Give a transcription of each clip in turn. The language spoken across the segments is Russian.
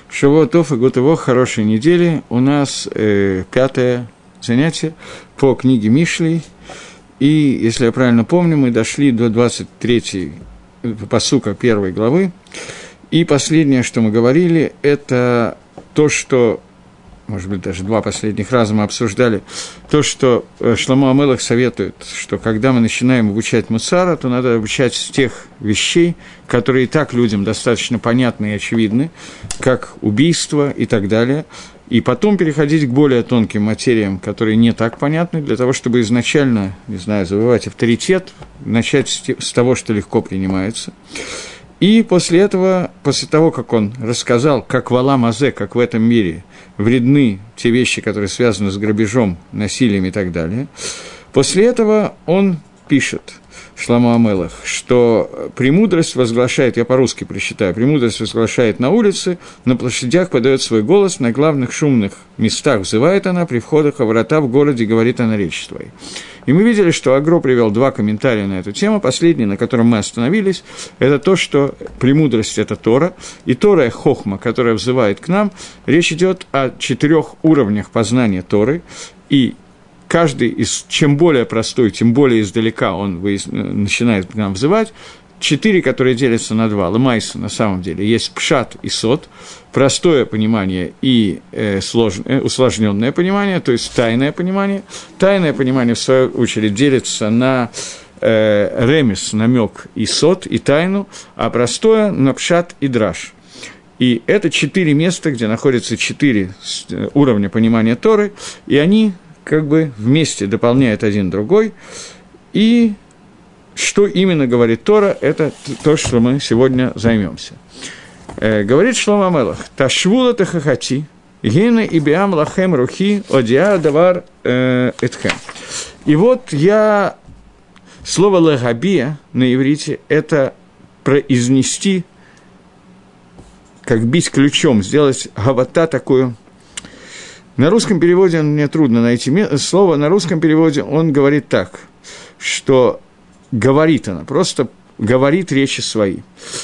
Шавуатов и Гутово, хорошей недели. У нас 5-е занятие по книге Мишлей. И, если я правильно помню, мы дошли до 23-й пасука 1 главы. И последнее, что мы говорили, это то, что, может быть, даже 2 последних раза мы обсуждали, то, что Шломо ха-Мелех советует, что когда мы начинаем обучать мусара, то надо обучать с тех вещей, которые и так людям достаточно понятны и очевидны, как убийство и так далее, и потом переходить к более тонким материям, которые не так понятны, для того, чтобы изначально, не знаю, завоевать авторитет, начать с того, что легко принимается. И после этого, после того, как он рассказал, как в Алам-Азе, как в этом мире вредны те вещи, которые связаны с грабежом, насилием и так далее, после этого он пишет, Шломо ха-Мелех, что премудрость возглашает, я по-русски прочитаю, премудрость возглашает на улице, на площадях подает свой голос, на главных шумных местах взывает она, при входах во врата в городе говорит она речь твоей. И мы видели, что Агро привел 2 комментария на эту тему. Последний, на котором мы остановились, это то, что премудрость – это Тора, и Тора – хохма, которая взывает к нам. Речь идет о 4 уровнях познания Торы, и каждый из, чем более простой, тем более издалека он начинает к нам взывать. 4, которые делятся на 2, ламайса, на самом деле, есть пшат и сот, простое понимание и усложненное понимание, то есть тайное понимание. Тайное понимание, в свою очередь, делится на ремес, намек и сот, и тайну, а простое на пшат и драш. И это 4 места, где находятся 4 уровня понимания Торы, и они как бы вместе дополняют один другой, и что именно говорит Тора, это то, что мы сегодня займемся. Говорит Шломо ха-Мелех: «Ташвула техахати, гине и биам лахем рухи, одиа давар этхем». И вот слово «лагабия» на иврите – это произнести, как бить ключом, сделать гавата такую. На русском переводе мне трудно найти слово, на русском переводе он говорит так, что говорит она, просто говорит речи свои.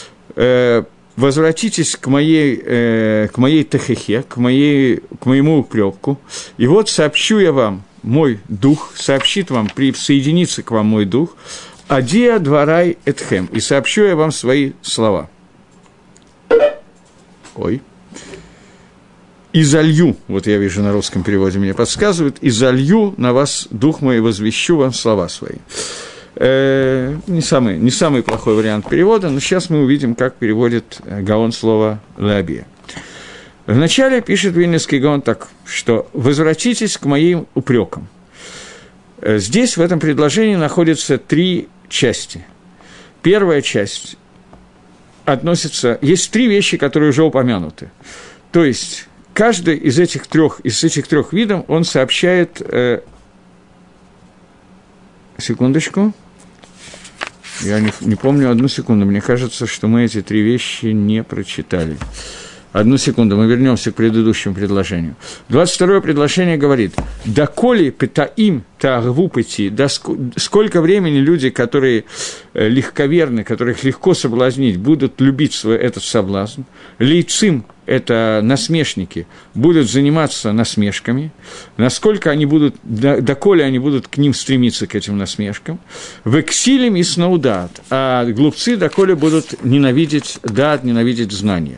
Возвратитесь к моей тахехе, к моему упреку, и вот сообщу я вам мой дух, сообщит вам, присоединится к вам мой дух, адия дварай этхем, и сообщу я вам свои слова. «И залью», вот я вижу на русском переводе, мне подсказывают, «и залью на вас дух мой, и возвещу вам слова свои». Не самый плохой вариант перевода, но сейчас мы увидим, как переводит Гаон слово «лабия». Вначале пишет Вильнюсский Гаон так, что «возвратитесь к моим упрекам». Здесь, в этом предложении, находятся 3 части. Первая часть относится... Есть 3 вещи, которые уже упомянуты. То есть, каждый из этих 3 видов, он сообщает... Секундочку. Я не помню, 1 секунду. Мне кажется, что мы эти 3 вещи не прочитали. 1 секунду, мы вернемся к предыдущему предложению. 22-е предложение говорит: «Доколе петаим таагву пыти», да сколько времени люди, которые легковерны, которых легко соблазнить, будут любить этот соблазн. Лейцим – это насмешники, будут заниматься насмешками, насколько они будут, доколе они будут к ним стремиться, к этим насмешкам. Вексилим и снаудат, а глупцы доколе будут ненавидеть дат, ненавидеть знания.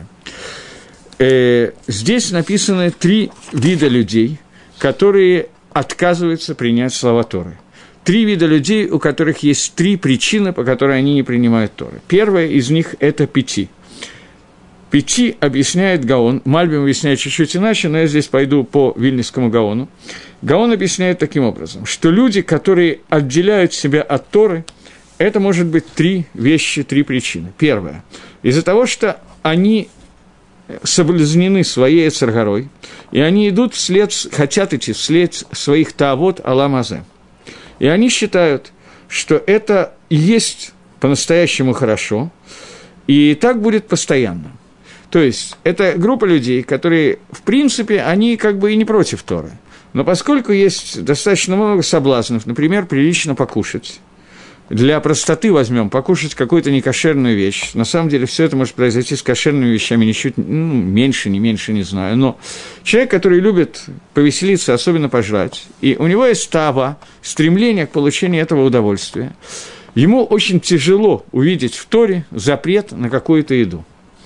Здесь написаны 3 вида людей, которые отказываются принять слова Торы. 3 вида людей, у которых есть 3 причины, по которой они не принимают Торы. Первая из них – это пяти. Пяти объясняет Гаон, Мальбим объясняет чуть-чуть иначе, но я здесь пойду по Вильнюсскому Гаону. Гаон объясняет таким образом, что люди, которые отделяют себя от Торы, это может быть 3 вещи, 3 причины. Первая – из-за того, что они соблазнены своей эцер-горой, и они хотят идти вслед своих таавот Алам-Азе. И они считают, что это и есть по-настоящему хорошо, и так будет постоянно. То есть, это группа людей, которые, в принципе, они как бы и не против Торы. Но поскольку есть достаточно много соблазнов, например, прилично покушать, для простоты возьмем, покушать какую-то некошерную вещь. На самом деле, все это может произойти с кошерными вещами ничуть меньше, не знаю. Но человек, который любит повеселиться, особенно пожрать, и у него есть тава, стремление к получению этого удовольствия, ему очень тяжело увидеть в Торе запрет на какую-то еду.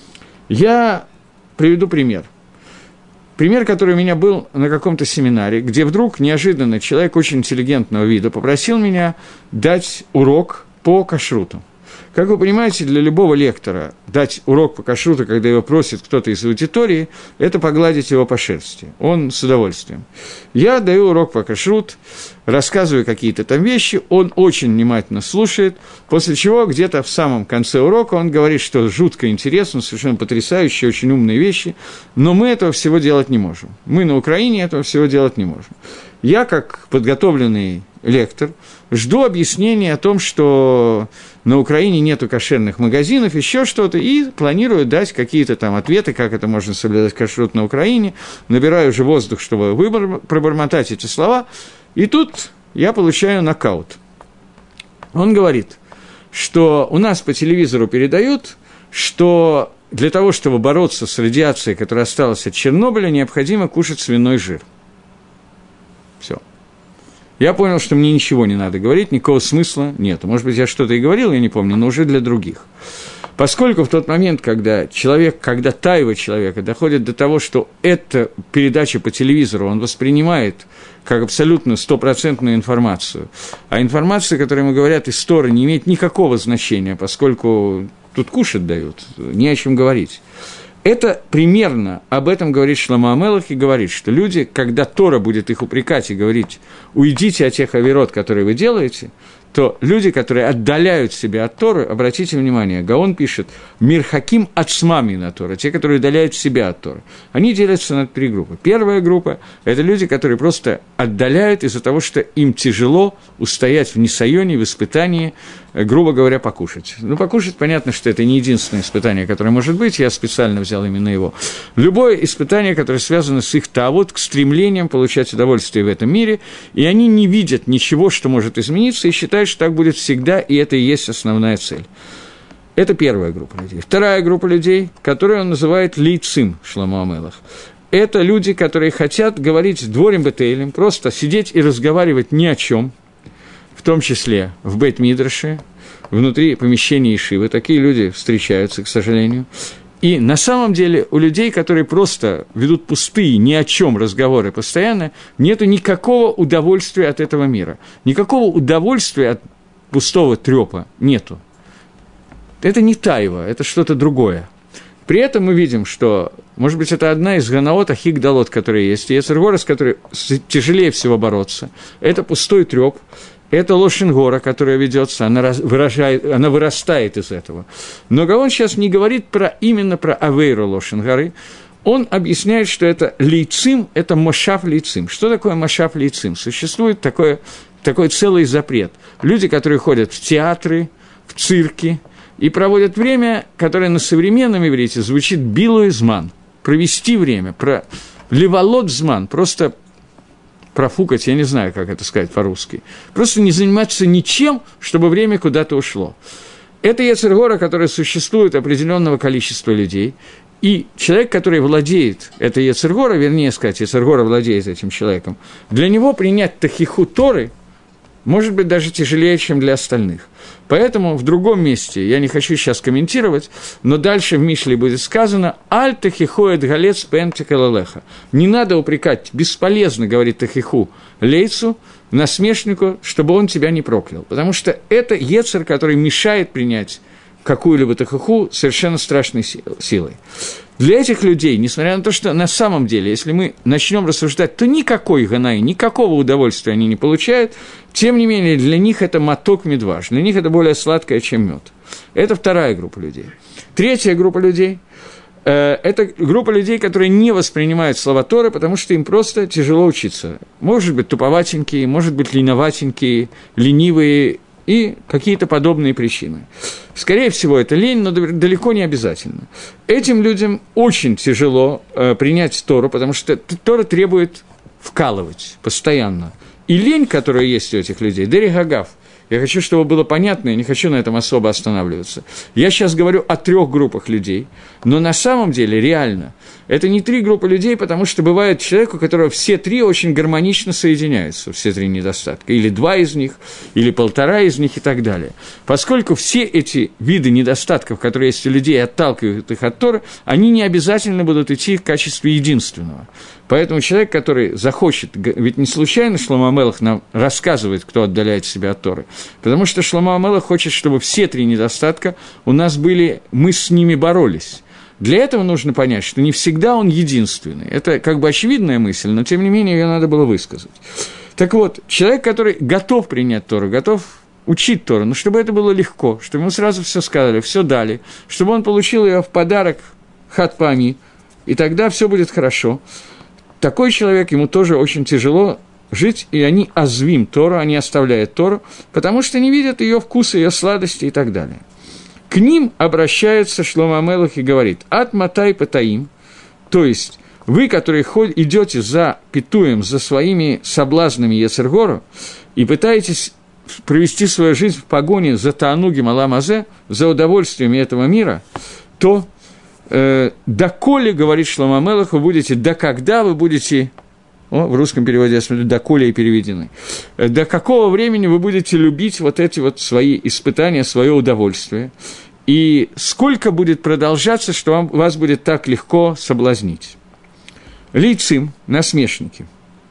Я приведу пример. Пример, который у меня был на каком-то семинаре, где вдруг неожиданно человек очень интеллигентного вида попросил меня дать урок по кашруту. Как вы понимаете, для любого лектора дать урок по кашруту, когда его просит кто-то из аудитории, это погладить его по шерсти. Он с удовольствием. Я даю урок по кашрут, рассказываю какие-то там вещи, он очень внимательно слушает, после чего где-то в самом конце урока он говорит, что жутко интересно, совершенно потрясающие, очень умные вещи, но мы этого всего делать не можем. Мы на Украине этого всего делать не можем. Я, как подготовленный лектор, жду объяснения о том, что на Украине нету кошерных магазинов, еще что-то, и планирую дать какие-то там ответы, как это можно соблюдать кашрут на Украине, набираю уже воздух, чтобы пробормотать эти слова, и тут я получаю нокаут. Он говорит, что у нас по телевизору передают, что для того, чтобы бороться с радиацией, которая осталась от Чернобыля, необходимо кушать свиной жир. Все. Я понял, что мне ничего не надо говорить, никакого смысла нет. Может быть, я что-то и говорил, я не помню, но уже для других. Поскольку в тот момент, когда тайва человека доходит до того, что эта передача по телевизору он воспринимает как абсолютно стопроцентную информацию, а информация, которой ему говорят из Торы, не имеет никакого значения, поскольку тут кушать дают, не о чем говорить. Это примерно об этом говорит Шломо ха-Мелех и говорит, что люди, когда Тора будет их упрекать и говорить, уйдите от тех авирот, которые вы делаете, то люди, которые отдаляют себя от Торы, обратите внимание, Гаон пишет, «Мир хаким ацмами на Тора», те, которые отдаляют себя от Торы. Они делятся на 3 группы. Первая группа – это люди, которые просто отдаляют из-за того, что им тяжело устоять в нисайоне, в испытании, грубо говоря, покушать. Ну, покушать, понятно, что это не единственное испытание, которое может быть, я специально взял именно его. Любое испытание, которое связано с их таавот, к стремлениям получать удовольствие в этом мире, и они не видят ничего, что может измениться, и считают, что так будет всегда, и это и есть основная цель. Это первая группа людей. Вторая группа людей, которую он называет лейцим, Шломо ха-Мелех. Это люди, которые хотят говорить дворим бетейлем, просто сидеть и разговаривать ни о чем, в том числе в бейт-мидраше, внутри помещения ешивы. Такие люди встречаются, к сожалению. И на самом деле у людей, которые просто ведут пустые, ни о чем разговоры постоянно, нету никакого удовольствия от этого мира. Никакого удовольствия от пустого трёпа нету. Это не тайва, это что-то другое. При этом мы видим, что, может быть, это одна из ганаот ахик-далот, которые есть, и Йецер гара, с которой тяжелее всего бороться. Это пустой трёп. Это лошен гора, которая ведется, она вырастает из этого. Но Гаон сейчас не говорит именно про авейру лошен горы. Он объясняет, что это лейцим, это мошав лейцим. Что такое мошав лейцим? Существует такой целый запрет. Люди, которые ходят в театры, в цирки и проводят время, которое на современном иврите звучит билуизман, провести время, леволот зман, просто профукать, я не знаю, как это сказать по-русски. Просто не заниматься ничем, чтобы время куда-то ушло. Это Йецер гара, которое существует определенного количества людей, и человек, который владеет этой Йецер гара, вернее сказать, Йецер гара владеет этим человеком, для него принять тахиху Торы может быть даже тяжелее, чем для остальных. Поэтому в другом месте, я не хочу сейчас комментировать, но дальше в Мишле будет сказано «Аль тахиху эт галец пен текалалеха». Не надо упрекать, бесполезно, говорит тахиху, лейцу, насмешнику, чтобы он тебя не проклял. Потому что это йецер, который мешает принять какую-либо тахиху совершенно страшной силой. Для этих людей, несмотря на то, что на самом деле, если мы начнем рассуждать, то никакой ганаи, никакого удовольствия они не получают, тем не менее, для них это маток медваж, для них это более сладкое, чем мед. Это вторая группа людей. Третья группа людей – это группа людей, которые не воспринимают слова Торы, потому что им просто тяжело учиться. Может быть, туповатенькие, может быть, лениватенькие, ленивые и какие-то подобные причины. Скорее всего, это лень, но далеко не обязательно. Этим людям очень тяжело принять Тору, потому что Тора требует вкалывать постоянно. И лень, которая есть у этих людей, дерих агав, Я хочу, чтобы было понятно, я не хочу на этом особо останавливаться. Я сейчас говорю о 3 группах людей, но на самом деле, реально, это не 3 группы людей, потому что бывает человек, у которого все 3 очень гармонично соединяются, все 3 недостатка, или 2 из них, или 1,5 из них и так далее. Поскольку все эти виды недостатков, которые есть у людей, отталкивают их от Торы, они не обязательно будут идти в качестве единственного. Поэтому человек, который захочет, ведь не случайно Шломо ха-Мелех нам рассказывает, кто отдаляет себя от Торы, потому что Шломо ха-Мелех хочет, чтобы все 3 недостатка у нас были, мы с ними боролись. Для этого нужно понять, что не всегда он единственный. Это как бы очевидная мысль, но тем не менее ее надо было высказать. Так вот, человек, который готов принять Тору, готов учить Тору, но чтобы это было легко, чтобы ему сразу все сказали, все дали, чтобы он получил ее в подарок хат-пами, и тогда все будет хорошо. Такой человек, ему тоже очень тяжело жить, и они озвим Тору, они оставляют Тору, потому что не видят ее вкуса, ее сладости и так далее. К ним обращается Шломо ха-Мелех и говорит: «Ат матай патаим», то есть вы, которые идете за питуем, за своими соблазнами Йецер Гора, и пытаетесь провести свою жизнь в погоне за таанугим алам азе, за удовольствиями этого мира, то «доколе», говорит Шломо ха-Мелех, вы будете, до когда вы будете, в русском переводе, я смотрю, «доколе» и переведены, до какого времени вы будете любить вот эти вот свои испытания, свое удовольствие, и сколько будет продолжаться, что вас будет так легко соблазнить. Лейцим, насмешники.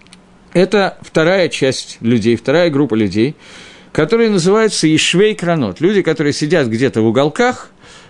Это вторая часть людей, вторая группа людей, которые называются ишвей кранот, люди, которые сидят где-то в уголках,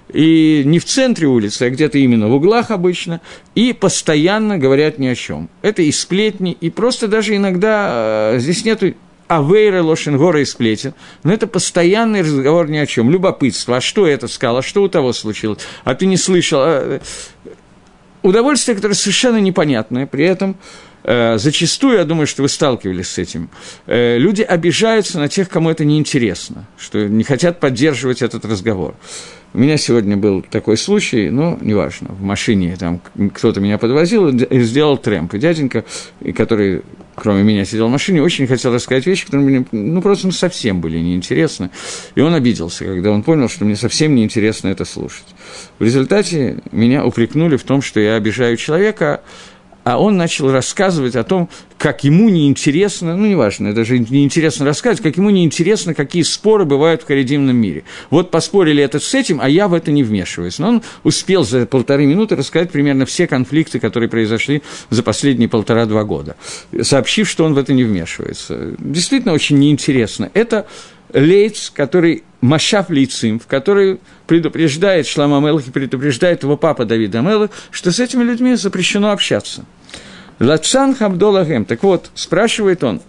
и не в центре улицы, а где-то именно в углах обычно, и постоянно говорят ни о чем. Это и сплетни, и просто даже иногда здесь нету авейра, лошенгора и сплетен, но это постоянный разговор ни о чем, любопытство, а что это сказал, а что у того случилось, а ты не слышал. Удовольствие, которое совершенно непонятное, при этом зачастую, я думаю, что вы сталкивались с этим, люди обижаются на тех, кому это неинтересно, что не хотят поддерживать этот разговор. У меня сегодня был такой случай, ну, неважно, в машине там кто-то меня подвозил и сделал трэмп. И дяденька, который, кроме меня, сидел в машине, очень хотел рассказать вещи, которые мне, просто совсем были неинтересны. И он обиделся, когда он понял, что мне совсем неинтересно это слушать. В результате меня упрекнули в том, что я обижаю человека, а он начал рассказывать о том, как ему неинтересно, неважно, это же неинтересно рассказывать, как ему неинтересно, какие споры бывают в харидимном мире. Вот поспорили это с этим, а я в это не вмешиваюсь. Но он успел за 1,5 минуты рассказать примерно все конфликты, которые произошли за последние 1,5-2 года, сообщив, что он в это не вмешивается. Действительно очень неинтересно. Это лейц, который Машав лейцим, в который предупреждает Шломо ха-Мелех и предупреждает его папа Давид ха-Мелех, что с этими людьми запрещено общаться. Лацан хамдолагем. Так вот, спрашивает он,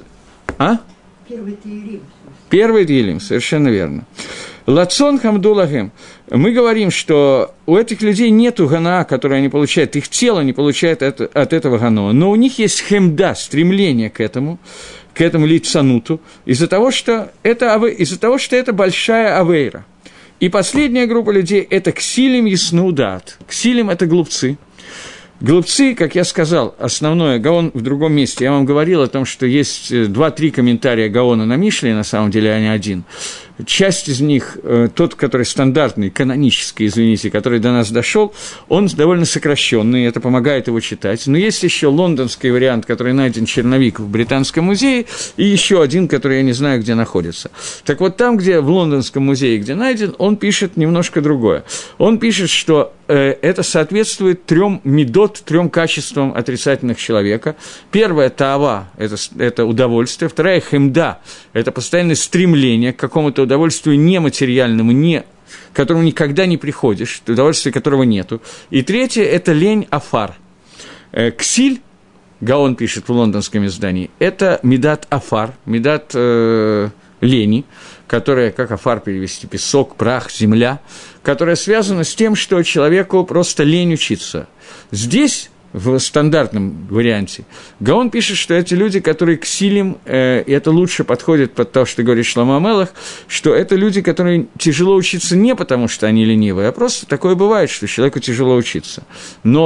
Первый Тилим, совершенно верно. Лацон хамдолагем. Мы говорим, что у этих людей нету гана, которое они получают, их тело не получает от этого гана, но у них есть хемда, стремление к этому лицануту, из-за того, что это большая авейра. И последняя группа людей – это ксилим яснуудат. Ксилим – это глупцы. Глупцы, как я сказал, основное, Гаон в другом месте. Я вам говорил о том, что есть 2-3 комментария Гаона на Мишле, на самом деле, а не один. Часть из них, тот, который стандартный, канонический, извините, который до нас дошел, он довольно сокращенный, это помогает его читать. Но есть еще лондонский вариант, который найден черновик в Британском музее, и еще один, который я не знаю, где находится. Так вот, там, где в Лондонском музее, где найден, он пишет немножко другое. Он пишет, что это соответствует 3 медот, 3 качествам отрицательных человека. Первое – таава, это удовольствие. Вторая – хемда, это постоянное стремление к какому-то удовольствию нематериальному, к которому никогда не приходишь, удовольствия которого нету. И третье – это лень афар. Ксиль, Гаон пишет в лондонском издании, это медат афар, медат лени, которая, как афар перевести, песок, прах, земля, которая связана с тем, что человеку просто лень учиться. Здесь, в стандартном варианте, Гаон пишет, что эти люди, которые к силим, и это лучше подходит под то, что говорит Шломо ха-Мелех, что это люди, которые тяжело учиться не потому, что они ленивые, а просто такое бывает, что человеку тяжело учиться. Но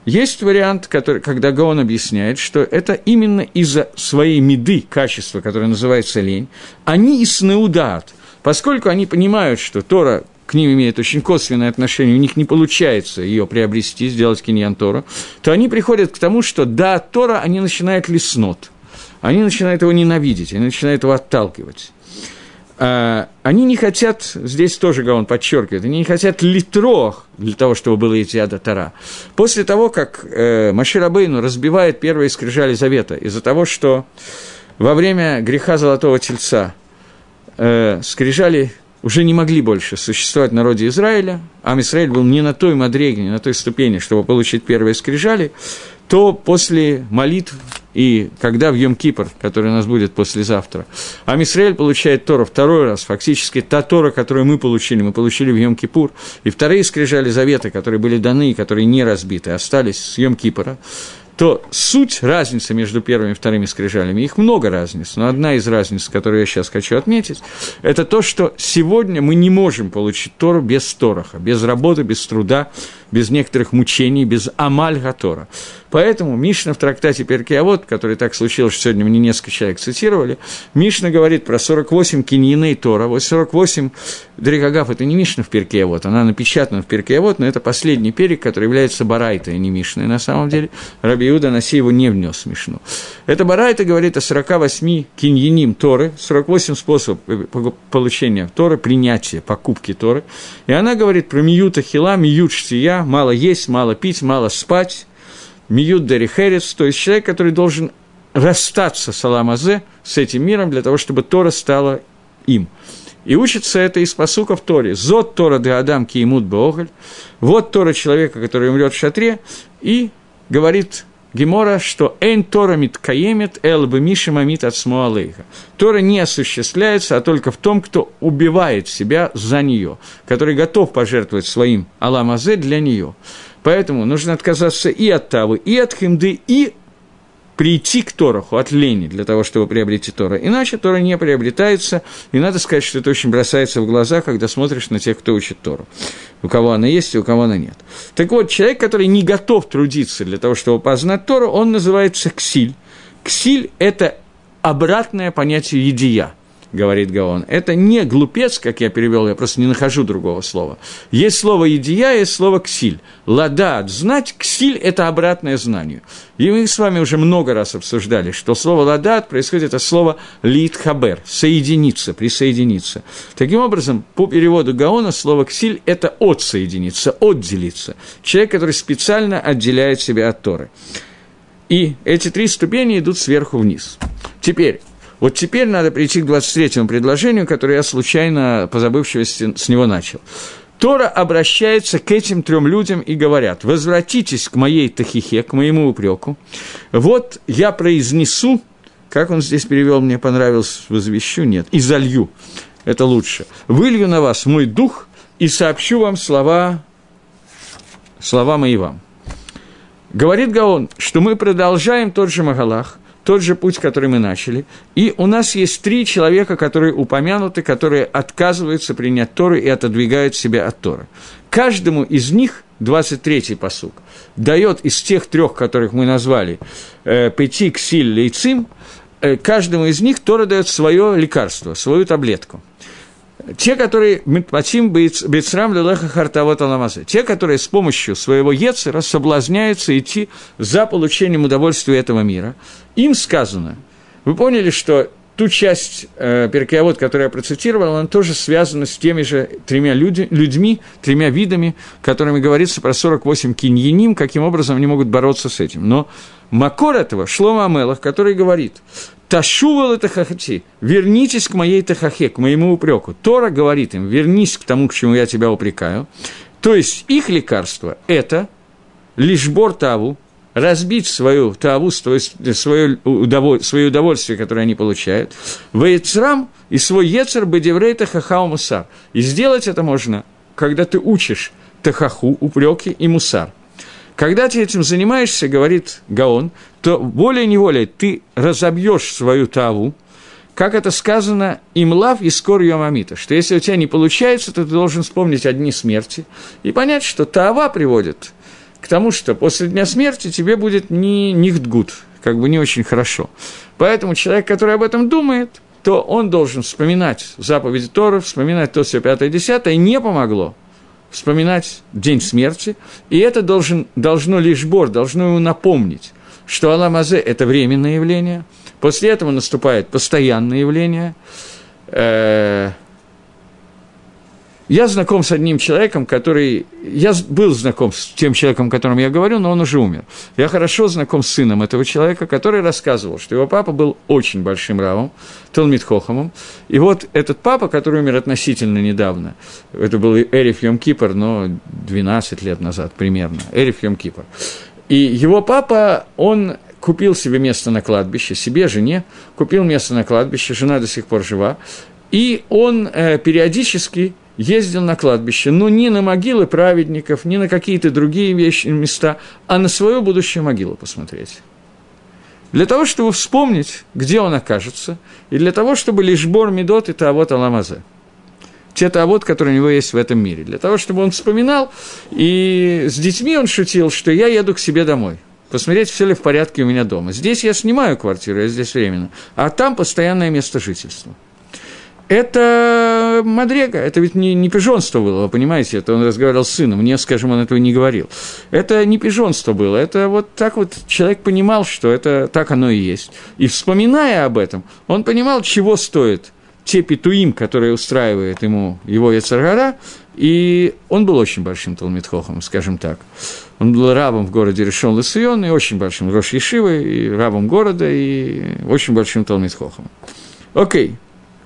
Есть вариант, когда Гаон объясняет, что это именно из-за своей меды, качества, которое называется лень, они и снеудаат, поскольку они понимают, что Тора к ним имеет очень косвенное отношение, у них не получается ее приобрести, сделать киньян Тора, то они приходят к тому, что да, Тора они начинают лиснот, они начинают его ненавидеть, они начинают его отталкивать. Они не хотят, здесь тоже Гаон подчеркивает, они не хотят литрох для того, чтобы было Етияда Тора. После того, как Моше Рабейну разбивает первые скрижали Завета из-за того, что во время греха Золотого Тельца скрижали уже не могли больше существовать в народе Израиля, Ам Исраэль был не на той мадреге, не на той ступени, чтобы получить первые скрижали, то после молитв и когда в Йом-Кипр, который у нас будет послезавтра, Ам Исраэль получает Тору второй раз, фактически та Тора, которую мы получили в Йом-Кипур, и вторые скрижали Завета, которые были даны и которые не разбиты, остались с Йом-Кипра, то суть, разница между первыми и вторыми скрижалями, их много разниц, но одна из разниц, которую я сейчас хочу отметить, это то, что сегодня мы не можем получить Тору без тораха, без работы, без труда, без некоторых мучений, без амаль га-Тора. Поэтому Мишна в трактате Перкей Авот, который так случилось, что сегодня мне несколько человек цитировали, Мишна говорит про 48 киньяней Тора. Вот 48 Дригагав – это не Мишна в Перкей Авот, она напечатана в Перкей Авот, но это последний перек, который является Барайтой, а не Мишной. На самом деле Раби Иуда Наси его не внес в Мишну. Это Барайта говорит о 48 киньяним Торы, 48 способов получения Торы, принятия, покупки Торы. И она говорит про миюта хила, миют штия, мало есть, мало пить, мало спать, миют дарихерец, то есть человек, который должен расстаться с аламазе, с этим миром, для того, чтобы Тора стала им. И учится это из пасука в Торе. «Зот Тора де Адам ки имут беогаль». Вот Тора человека, который умрет в шатре, и говорит Гемора, что «Эйн Тора миткаемет эл бемиши мамит ацмо алейха». Тора не осуществляется, а только в том, кто убивает себя за нее, который готов пожертвовать своим аламазе для нее. Поэтому нужно отказаться и от Тавы, и от Химды, и прийти к Тораху от лени для того, чтобы приобрести Тора. Иначе Тора не приобретается, и надо сказать, что это очень бросается в глаза, когда смотришь на тех, кто учит Тору. У кого она есть и у кого она нет. Так вот, человек, который не готов трудиться для того, чтобы познать Тору, он называется ксиль. Ксиль – это обратное понятие едия, говорит Гаон. Это не глупец, как я перевел, я просто не нахожу другого слова. Есть слово «едия», есть слово «ксиль». «Ладат» – знать, «ксиль» – это обратное знанию. И мы с вами уже много раз обсуждали, что слово «ладат» происходит от слова «литхабер» – «соединиться», «присоединиться». Таким образом, по переводу Гаона слово «ксиль» – это «отсоединиться», «отделиться». Человек, который специально отделяет себя от Торы. И эти три ступени идут сверху вниз. Вот теперь надо прийти к 23-му предложению, которое я случайно, по забывчивости, с него начал. Тора обращается к этим трем людям и говорят: «Возвратитесь к моей тахихе, к моему упреку. Вот я произнесу», как он здесь перевел, мне понравилось, «возвещу», нет, «и залью», это лучше. «Вылью на вас мой дух и сообщу вам слова мои вам». Говорит Гаон, что мы продолжаем тот же Магалах, тот же путь, который мы начали, и у нас есть три человека, которые упомянуты, которые отказываются принять Тору и отодвигают себя от Торы. Каждому из них, 23-й пасук, дает из тех трех, которых мы назвали, Пети, Ксиль, Лейцим, каждому из них Тора дает свое лекарство, свою таблетку. Те, которые митпатим бейцрам лелеха хартавот аламазе, те, которые с помощью своего ецера соблазняются идти за получением удовольствия этого мира, им сказано, вы поняли, что ту часть Перкей Авот, которую я процитировал, она тоже связана с теми же тремя людьми, тремя видами, которыми говорится про 48 киньяним, каким образом они могут бороться с этим. Но макор этого, Шломо Амелах, который говорит: «Ташувал это хахати, вернитесь к моей тахахе, к моему упреку». Тора говорит им: вернись к тому, к чему я тебя упрекаю. То есть их лекарство – это лишбор таву, разбить свою таву, свое удовольствие, которое они получают, вейцрам и свой ецер бедеврей тахахау мусар. И сделать это можно, когда ты учишь тахаху, упреки и мусар. Когда ты этим занимаешься, говорит Гаон, то волей-неволей ты разобьешь свою таву, как это сказано, имлав и скор йомамита, что если у тебя не получается, то ты должен вспомнить о дне смерти и понять, что тава приводит к тому, что после дня смерти тебе будет нихдгут, как бы не очень хорошо. Поэтому человек, который об этом думает, то он должен вспоминать заповеди Торы, вспоминать то, все 5-10, не помогло вспоминать день смерти, и это должно лишбор, должно ему напомнить, что Олам Азе – это временное явление, после этого наступает постоянное явление. Я знаком с одним человеком, я был знаком с тем человеком, о котором я говорю, но он уже умер. Я хорошо знаком с сыном этого человека, который рассказывал, что его папа был очень большим равом, Талмид Хохамом. И вот этот папа, который умер относительно недавно, это был Эрев Йом-Кипр, но 12 лет назад примерно, Эрев Йом-Кипр. И его папа, он купил себе место на кладбище, себе, жене, купил место на кладбище, жена до сих пор жива, и он периодически ездил на кладбище, но не на могилы праведников, не на какие-то другие места, а на свою будущую могилу посмотреть. Для того, чтобы вспомнить, где он окажется, и для того, чтобы лишбор медот и таавот Олам Азе. Те таавот, которые у него есть в этом мире. Для того, чтобы он вспоминал, и с детьми он шутил, что я еду к себе домой. Посмотреть, все ли в порядке у меня дома. Здесь я снимаю квартиру, я здесь временно, а там постоянное место жительства. Это мадрега, это ведь не пижонство было, вы понимаете, это он разговаривал с сыном, мне, скажем, он этого не говорил. Это не пижонство было, это вот так вот человек понимал, что это так оно и есть. И вспоминая об этом, он понимал, чего стоит те петуим, которые устраивает ему его Йецер гара, и он был очень большим Талмид Хохамом, скажем так. Он был рабом в городе Ришон ле-Цион, и очень большим Рош Ешивой, и рабом города, и очень большим Талмид Хохамом. Окей.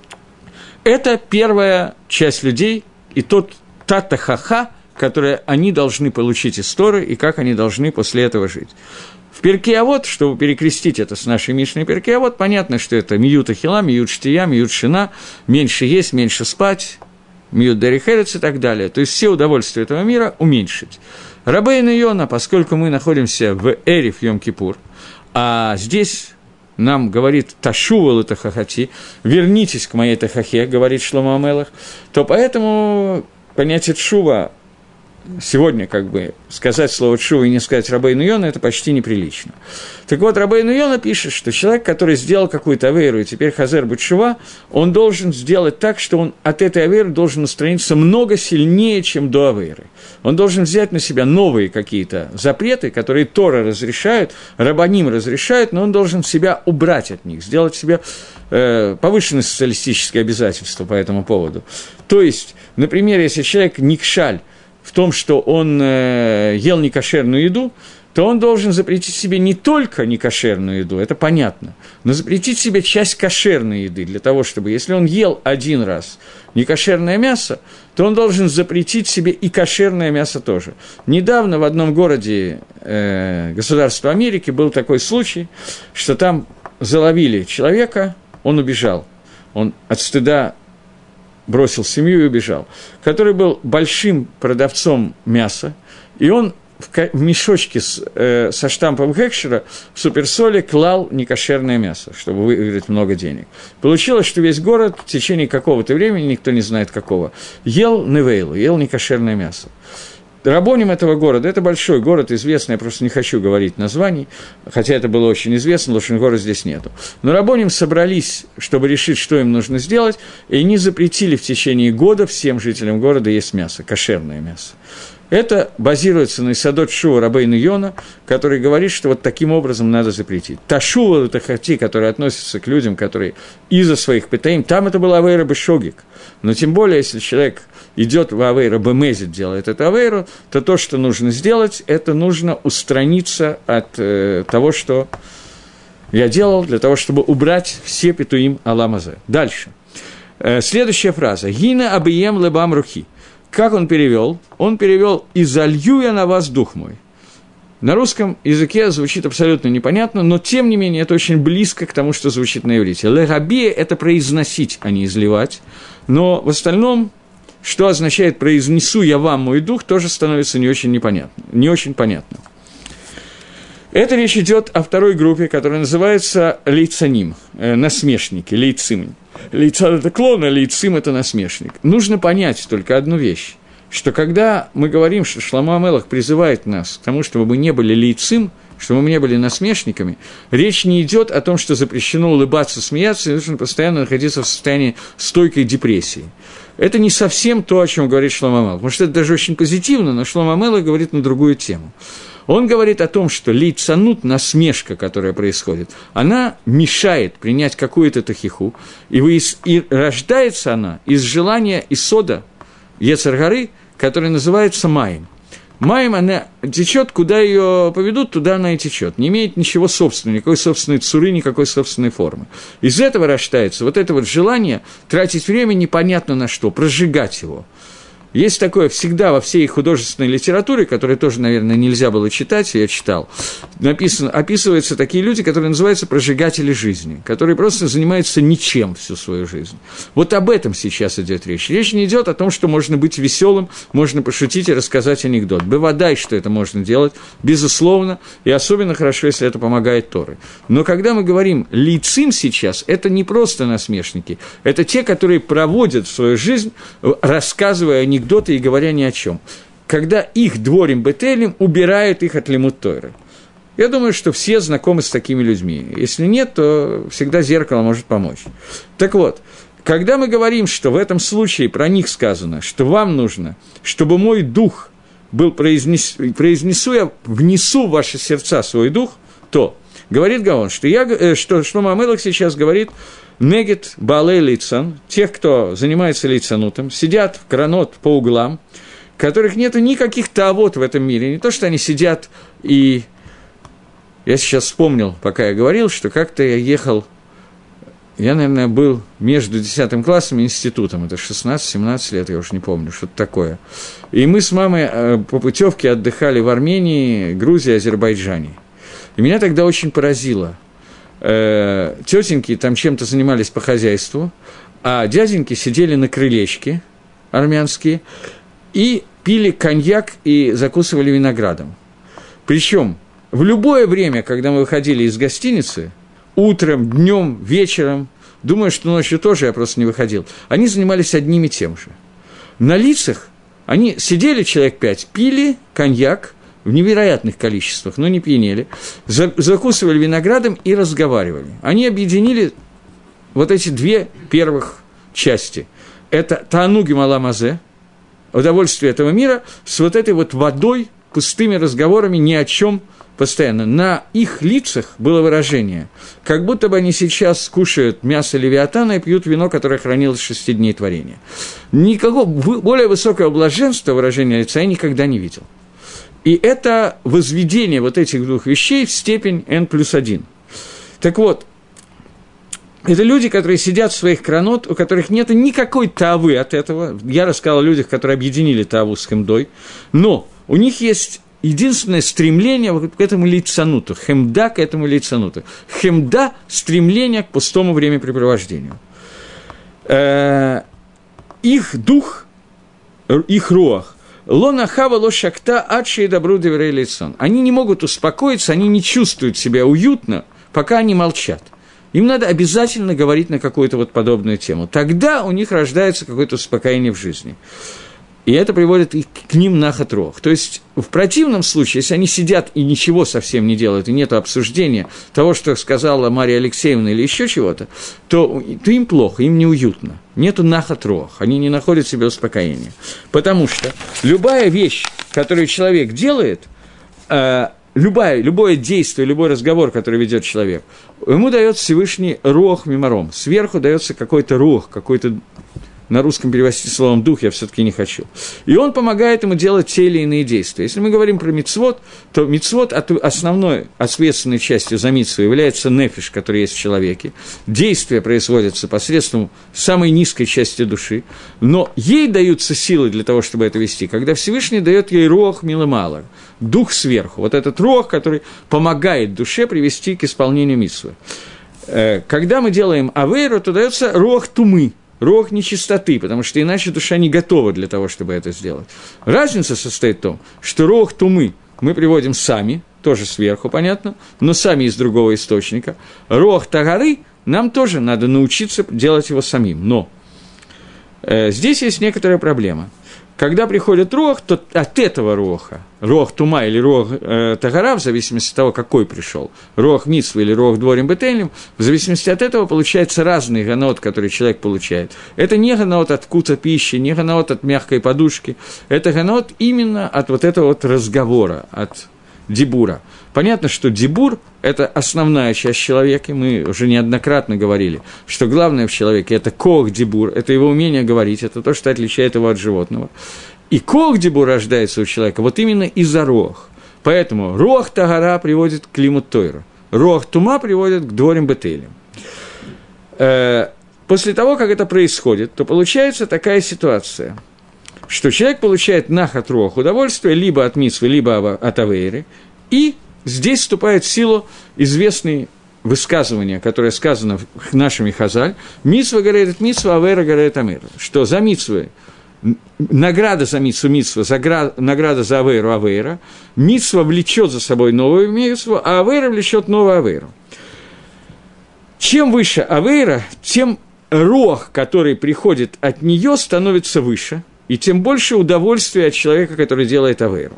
Это первая часть людей, и та тахаха, которую они должны получить из Торы, и как они должны после этого жить. В Перкей Авот, чтобы перекрестить это с нашей Мишной Перкей Авот, понятно, что это миют ахила, миют штия, миют шина, меньше есть, меньше спать, миют дарихерец и так далее. То есть все удовольствия этого мира уменьшить. Рабейну Йона, поскольку мы находимся в Эрев Йом-Кипур, а здесь нам говорит «Ташувал это хахати», «Вернитесь к моей тахахе», говорит Шломо ха-Мелех, то поэтому понятие «тшува» сегодня, как бы, сказать слово «тшува» и не сказать Рабейну Йона, это почти неприлично. Так вот, Рабейну Йона пишет, что человек, который сделал какую-то авейру, и теперь хазер бут-тшува, он должен сделать так, что он от этой авейры должен устраниться много сильнее, чем до авейры. Он должен взять на себя новые какие-то запреты, которые Тора разрешают, рабаним разрешают, но он должен себя убрать от них, сделать себе повышенные социалистические обязательства по этому поводу. То есть, например, если человек никшаль в том, что он ел некошерную еду, то он должен запретить себе не только некошерную еду, это понятно, но запретить себе часть кошерной еды, для того, чтобы, если он ел один раз некошерное мясо, то он должен запретить себе и кошерное мясо тоже. Недавно в одном городе государства Америки был такой случай, что там заловили человека, он убежал, он от стыда бросил семью и убежал, который был большим продавцом мяса, и он в мешочке со штампом Гекшера в суперсоле клал некошерное мясо, чтобы выиграть много денег. Получилось, что весь город в течение какого-то времени, никто не знает какого, ел невейлу, ел некошерное мясо. Рабоним этого города, это большой город, известный, я просто не хочу говорить названий, хотя это было очень известно, Лошен-Гора здесь нету. Но рабоним собрались, чтобы решить, что им нужно сделать, и они запретили в течение года всем жителям города есть мясо, кошерное мясо. Это базируется на Исадот Шува Рабейну Йона, который говорит, что вот таким образом надо запретить. Ташува – это хати, который относится к людям, которые из-за своих петаим, там это был авейра бешогик. Но тем более, если человек идет в авейра бемезит, делает эту авейру, то то, что нужно сделать, это нужно устраниться от того, что я делал, для того, чтобы убрать все петуим Олам Азе. Дальше. Следующая фраза. «Гина абием лебам рухи». Как он перевел? Он перевел «И залью я на вас дух мой». На русском языке звучит абсолютно непонятно, но, тем не менее, это очень близко к тому, что звучит на иврите. «Легабия» – это произносить, а не изливать. Но в остальном, что означает «произнесу я вам мой дух», тоже становится не очень понятно. Это речь идет о второй группе, которая называется лейцаним, насмешники, лейцим. Лейцан – это клон, а лейцим – это насмешник. Нужно понять только одну вещь. что когда мы говорим, что Шломо ха-Мелех призывает нас к тому, чтобы мы не были лейцим, чтобы мы не были насмешниками, речь не идет о том, что запрещено улыбаться, смеяться, и нужно постоянно находиться в состоянии стойкой депрессии. Это не совсем то, о чем говорит Шломо ха-Мелех, потому что это даже очень позитивно, но Шломо ха-Мелех говорит на другую тему. Он говорит о том, что лейцанут, насмешка, которая происходит, она мешает принять какую-то тахиху, и рождается она из желания исода, Йецер гары, который называется маем. Маем, она течет, куда ее поведут, туда она и течет. Не имеет ничего собственного, никакой собственной цуры, никакой собственной формы. Из этого рождается вот это вот желание тратить время непонятно на что, прожигать его. Есть такое всегда во всей художественной литературе, которую тоже, наверное, нельзя было читать, я читал, описываются такие люди, которые называются прожигатели жизни, которые просто занимаются ничем всю свою жизнь. Вот об этом сейчас идет речь. Речь не идет о том, что можно быть веселым, можно пошутить и рассказать анекдот. Бывадай, что это можно делать, безусловно, и особенно хорошо, если это помогает Торе. Но когда мы говорим «лейцим» сейчас, это не просто насмешники, это те, которые проводят свою жизнь, рассказывая анекдоты и говоря ни о чем. Когда их дворим бетелем убирают их от лимуд Торы. Я думаю, что все знакомы с такими людьми. Если нет, то всегда зеркало может помочь. Так вот, когда мы говорим, что в этом случае про них сказано, что вам нужно, чтобы мой дух был внесу в ваши сердца свой дух, то говорит Гаон, что Шломо ха-Мелех сейчас говорит негет баалей лейцан, тех, кто занимается лейцанутом, сидят в кранот по углам, которых нету никаких таавот в этом мире. Не то, что они сидят и... Я сейчас вспомнил, пока я говорил, что как-то я ехал... Я, наверное, был между 10 классом и институтом. Это 16-17 лет, я уж не помню, что-то такое. И мы с мамой по путевке отдыхали в Армении, Грузии, Азербайджане. И меня тогда очень поразило. Тетеньки там чем-то занимались по хозяйству, а дяденьки сидели на крылечке армянские и пили коньяк и закусывали виноградом. Причем в любое время, когда мы выходили из гостиницы, утром, днем, вечером, думаю, что ночью тоже я просто не выходил, они занимались одним и тем же. На лицах они сидели человек 5, пили коньяк в невероятных количествах, но не пьянели, закусывали виноградом и разговаривали. Они объединили вот эти две первых части. Это таануги маламазе, удовольствие этого мира, с вот этой вот водой, пустыми разговорами, ни о чем постоянно. На их лицах было выражение, как будто бы они сейчас кушают мясо левиатана и пьют вино, которое хранилось 6 дней творения. Никакого более высокого блаженства выражения лица я никогда не видел. И это возведение вот этих двух вещей в степень n+1. Так вот, это люди, которые сидят в своих кранот, у которых нет никакой таавы от этого. Я рассказал о людях, которые объединили тааву с хемдой. Но у них есть единственное стремление к этому лейцануту, хемда к этому лейцануту. Хемда – стремление к пустому времяпрепровождению. Их дух, их руах, лона хава ло шакта адши и добру деверей лейцан. Они не могут успокоиться, они не чувствуют себя уютно, пока они молчат. Им надо обязательно говорить на какую-то вот подобную тему. Тогда у них рождается какое-то успокоение в жизни. И это приводит к ним нахат руах. То есть, в противном случае, если они сидят и ничего совсем не делают, и нет обсуждения того, что сказала Мария Алексеевна или еще чего-то, то им плохо, им неуютно. Нету нахат руах, они не находят в себе успокоения. Потому что любая вещь, которую человек делает, любое действие, любой разговор, который ведет человек, ему дает Всевышний руах мимором. Сверху дается какой-то руах, какой-то... На русском перевести словом «дух» я все-таки не хочу. И он помогает ему делать те или иные действия. Если мы говорим про мицвот, то мицвот основной ответственной частью за мицву является нефиш, который есть в человеке. Действия производятся посредством самой низкой части души, но ей даются силы для того, чтобы это вести, когда Всевышний дает ей руах милымала, дух сверху. Вот этот руах, который помогает душе привести к исполнению мицвы. Когда мы делаем авейру, то дается руах тумы, руах нечистоты, потому что иначе душа не готова для того, чтобы это сделать. Разница состоит в том, что руах тумы мы приводим сами, тоже сверху, понятно, но сами из другого источника. Руах тагары нам тоже надо научиться делать его самим. Но здесь есть некоторая проблема. когда приходит рох, то от этого роха, рох тума или рох тагара, в зависимости от того, какой пришел, рох мицвы или рох дворим бетелем, в зависимости от этого получается разный ганаот, который человек получает. Это не ганаот от вкуса пищи, не ганаот от мягкой подушки, это ганаот именно от вот этого вот разговора, от дибура. Понятно, что дибур – это основная часть человека, мы уже неоднократно говорили, что главное в человеке – это коах дибур, это его умение говорить, это то, что отличает его от животного. И коах дибур рождается у человека вот именно из-за рох. Поэтому рох тагара приводит к лимут тойру, рох тума приводит к дворим бетелем. После того, как это происходит, то получается такая ситуация, что человек получает нахат рох, удовольствие, либо от мицвы, либо от авейры, и здесь вступает в силу известные высказывания, которое сказано в нашем Хазаль. Мицва говорит мицва, авейра говорит амейра. Что за мицвы, награда за мицву, награда за авейру, авейра. Мицва влечет за собой новую мицву, а авейра влечет новую авейру. Чем выше авейра, тем рох, который приходит от нее, становится выше, и тем больше удовольствия от человека, который делает авейру.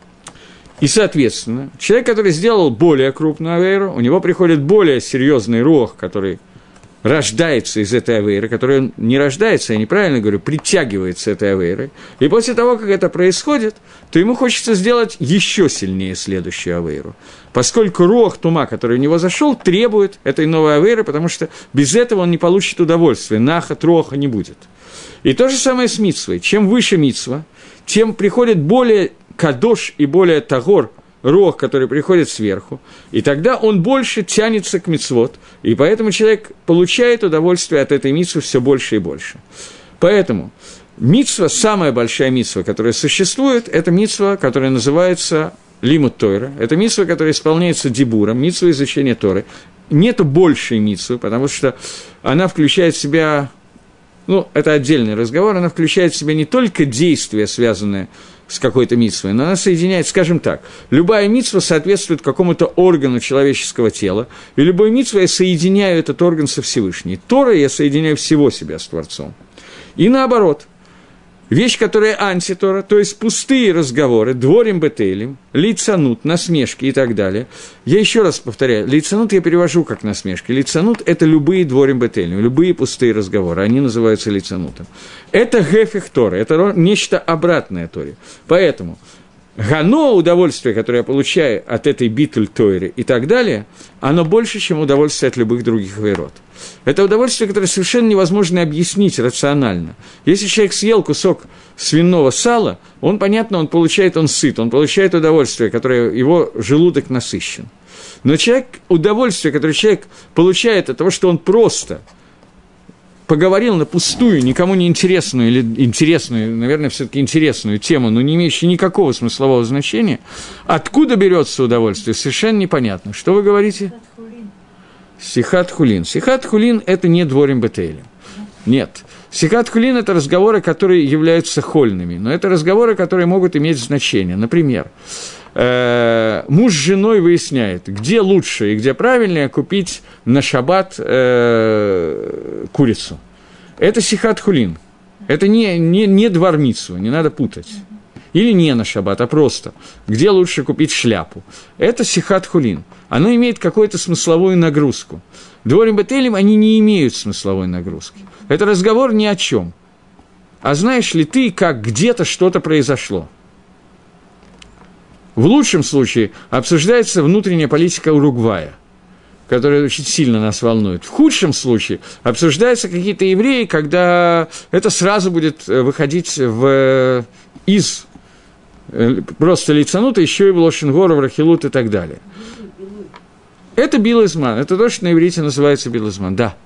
И, соответственно, человек, который сделал более крупную авейру, у него приходит более серьезный рох, который рождается из этой авейры, который не рождается, я неправильно говорю, притягивается этой авейрой. И после того, как это происходит, то ему хочется сделать еще сильнее следующую авейру. Поскольку рох тума, который у него зашел, требует этой новой авейры, потому что без этого он не получит удовольствия, нахат роха не будет. И то же самое с мицвой. Чем выше мицва, тем приходит более кадош и более тагор, рох, который приходит сверху, и тогда он больше тянется к мицвот, и поэтому человек получает удовольствие от этой мицвы все больше и больше. Поэтому мицва, самая большая мицва, которая существует, это мицва, которая называется лимут Тойра, это мицва, которая исполняется дибуром, мицва изучения Торы. Нету большей мицвы, потому что она включает в себя, это отдельный разговор, она включает в себя не только действия, связанные с какой-то мицвой, но она соединяет, скажем так, любая мицва соответствует какому-то органу человеческого тела, и любой мицвой я соединяю этот орган со Всевышней. Торой я соединяю всего себя с Творцом. И наоборот, вещь, которая антитора, то есть пустые разговоры, дворим бетелем, лицанут, насмешки и так далее. Я еще раз повторяю, лицанут я перевожу как насмешки. Лицанут – это любые дворим бетелем, любые пустые разговоры, они называются лицанутом. Это гефих Торы, это нечто обратное Торе. Поэтому гано, удовольствие, которое я получаю от этой битуль Тойры и так далее, оно больше, чем удовольствие от любых других вейрот. Это удовольствие, которое совершенно невозможно объяснить рационально. Если человек съел кусок свиного сала, он сыт, он получает удовольствие, которое его желудок насыщен. Но удовольствие, которое человек получает от того, что он просто поговорил на пустую, никому не интересную, или интересную, наверное, все-таки интересную тему, но не имеющую никакого смыслового значения, откуда берется удовольствие, совершенно непонятно. Что вы говорите? Сихат хулин. Сихат хулин – это не дворим бетелем. Нет. Сихат хулин – это разговоры, которые являются хольными, но это разговоры, которые могут иметь значение. Например, муж с женой выясняет, где лучше и где правильнее купить на шаббат курицу. Это сихат хулин. Это не двор мицва, не надо путать. Или не на шаббат, а просто, где лучше купить шляпу. Это сихат хулин. Оно имеет какую-то смысловую нагрузку. Дворим бетелем они не имеют смысловой нагрузки. Это разговор ни о чем. А знаешь ли ты, как где-то что-то произошло? В лучшем случае обсуждается внутренняя политика Уругвая, которая очень сильно нас волнует. В худшем случае обсуждаются какие-то евреи, когда это сразу будет выходить из просто лицанута, еще и в лошенгору, в рахилут и так далее. Это билизман, это то, что на иврите называется билизман, да.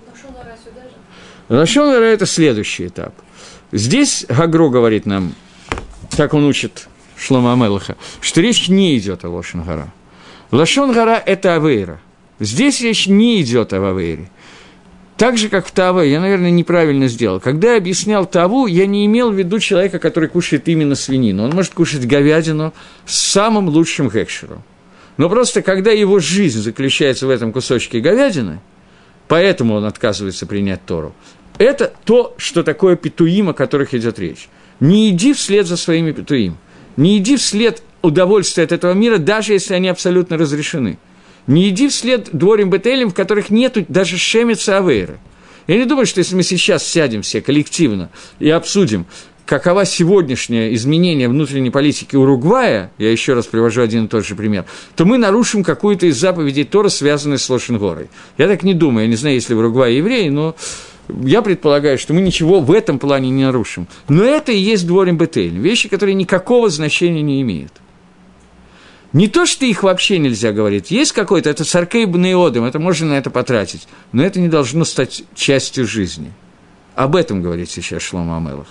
Лашон ара это следующий этап. Здесь Гагро говорит нам, как он учит Шломо ха-Мелеха, что речь не идет о лошон гара. Лошон гара – это авейра. Здесь речь не идет об авейре. Так же, как в Таве, я, наверное, неправильно сделал. Когда я объяснял Таву, я не имел в виду человека, который кушает именно свинину. Он может кушать говядину с самым лучшим гекшером. Но просто, когда его жизнь заключается в этом кусочке говядины, поэтому он отказывается принять Тору, это то, что такое петуим, о которых идет речь. Не иди вслед за своими петуим. Не иди вслед удовольствия от этого мира, даже если они абсолютно разрешены. Не иди вслед дворим бетелем, в которых нету даже шемица авейры. Я не думаю, что если мы сейчас сядем все коллективно и обсудим, каково сегодняшнее изменение внутренней политики Уругвая, я еще раз привожу один и тот же пример, то мы нарушим какую-то из заповедей Тора, связанную с Лошен Горой. Я так не думаю, я не знаю, есть ли в Уругвае евреи, но я предполагаю, что мы ничего в этом плане не нарушим. Но это и есть дворим бетель, вещи, которые никакого значения не имеют. Не то, что их вообще нельзя говорить. Есть какой-то, это царкей бнеодым, это можно на это потратить, но это не должно стать частью жизни. Об этом говорит сейчас Шломо ха-Мелех.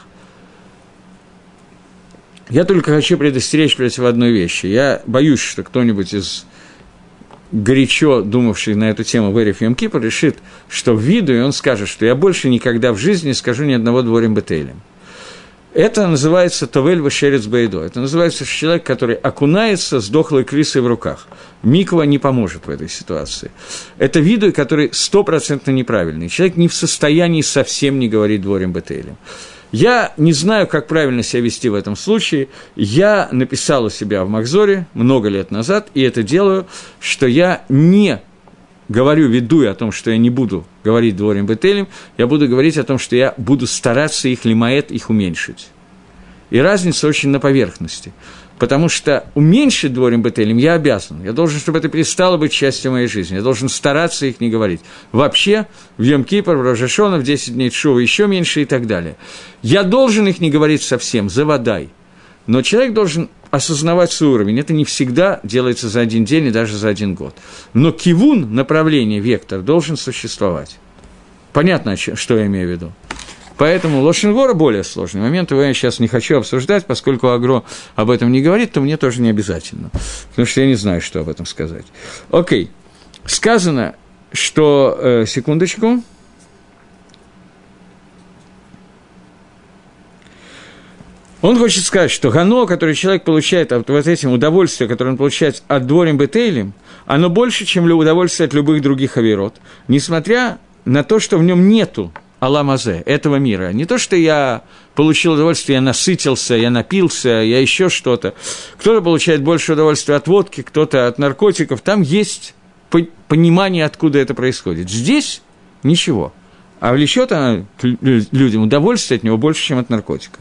Я только хочу предостеречь против одной вещи. Я боюсь, что кто-нибудь из горячо думавших на эту тему в Эрев Йом Кипур решит, что в виду, и он скажет, что я больше никогда в жизни не скажу ни одного дворим бетелем. Это называется «Товель вешерец бейдо». Это называется человек, который окунается с дохлой крысой в руках. Миква не поможет в этой ситуации. Это виду, который 100% неправильный. Человек не в состоянии совсем не говорить дворим бетелем. Я не знаю, как правильно себя вести в этом случае. Я написал у себя в Махзоре много лет назад, и это делаю, что я не говорю, веду о том, что я не буду говорить дворим бетелем, я буду говорить о том, что я буду стараться их лимаэт, их уменьшить. И разница очень на поверхности. Потому что уменьшить дворим бетелем я обязан. Я должен, чтобы это перестало быть частью моей жизни. Я должен стараться их не говорить. Вообще, в Йом-Кипур, в Рош ха-Шана, в 10 дней Тшува, еще меньше и так далее. Я должен их не говорить совсем, завадай. Но человек должен осознавать свой уровень. Это не всегда делается за один день и даже за один год. Но кивун, направление, вектор, должен существовать. Понятно, что я имею в виду. Поэтому Лошен Гора более сложный момент, его я сейчас не хочу обсуждать, поскольку Агро об этом не говорит, то мне тоже не обязательно, потому что я не знаю, что об этом сказать. Окей, сказано, что... секундочку. Он хочет сказать, что гано, которое человек получает от вот этим удовольствия, которое он получает от дворим бетейлем, оно больше, чем удовольствие от любых других авирот, несмотря на то, что в нем нету аламазе, этого мира. Не то, что я получил удовольствие, я насытился, я напился, я еще что-то. Кто-то получает больше удовольствия от водки, кто-то от наркотиков. Там есть понимание, откуда это происходит. Здесь ничего. А влечет она людям удовольствие от него больше, чем от наркотиков.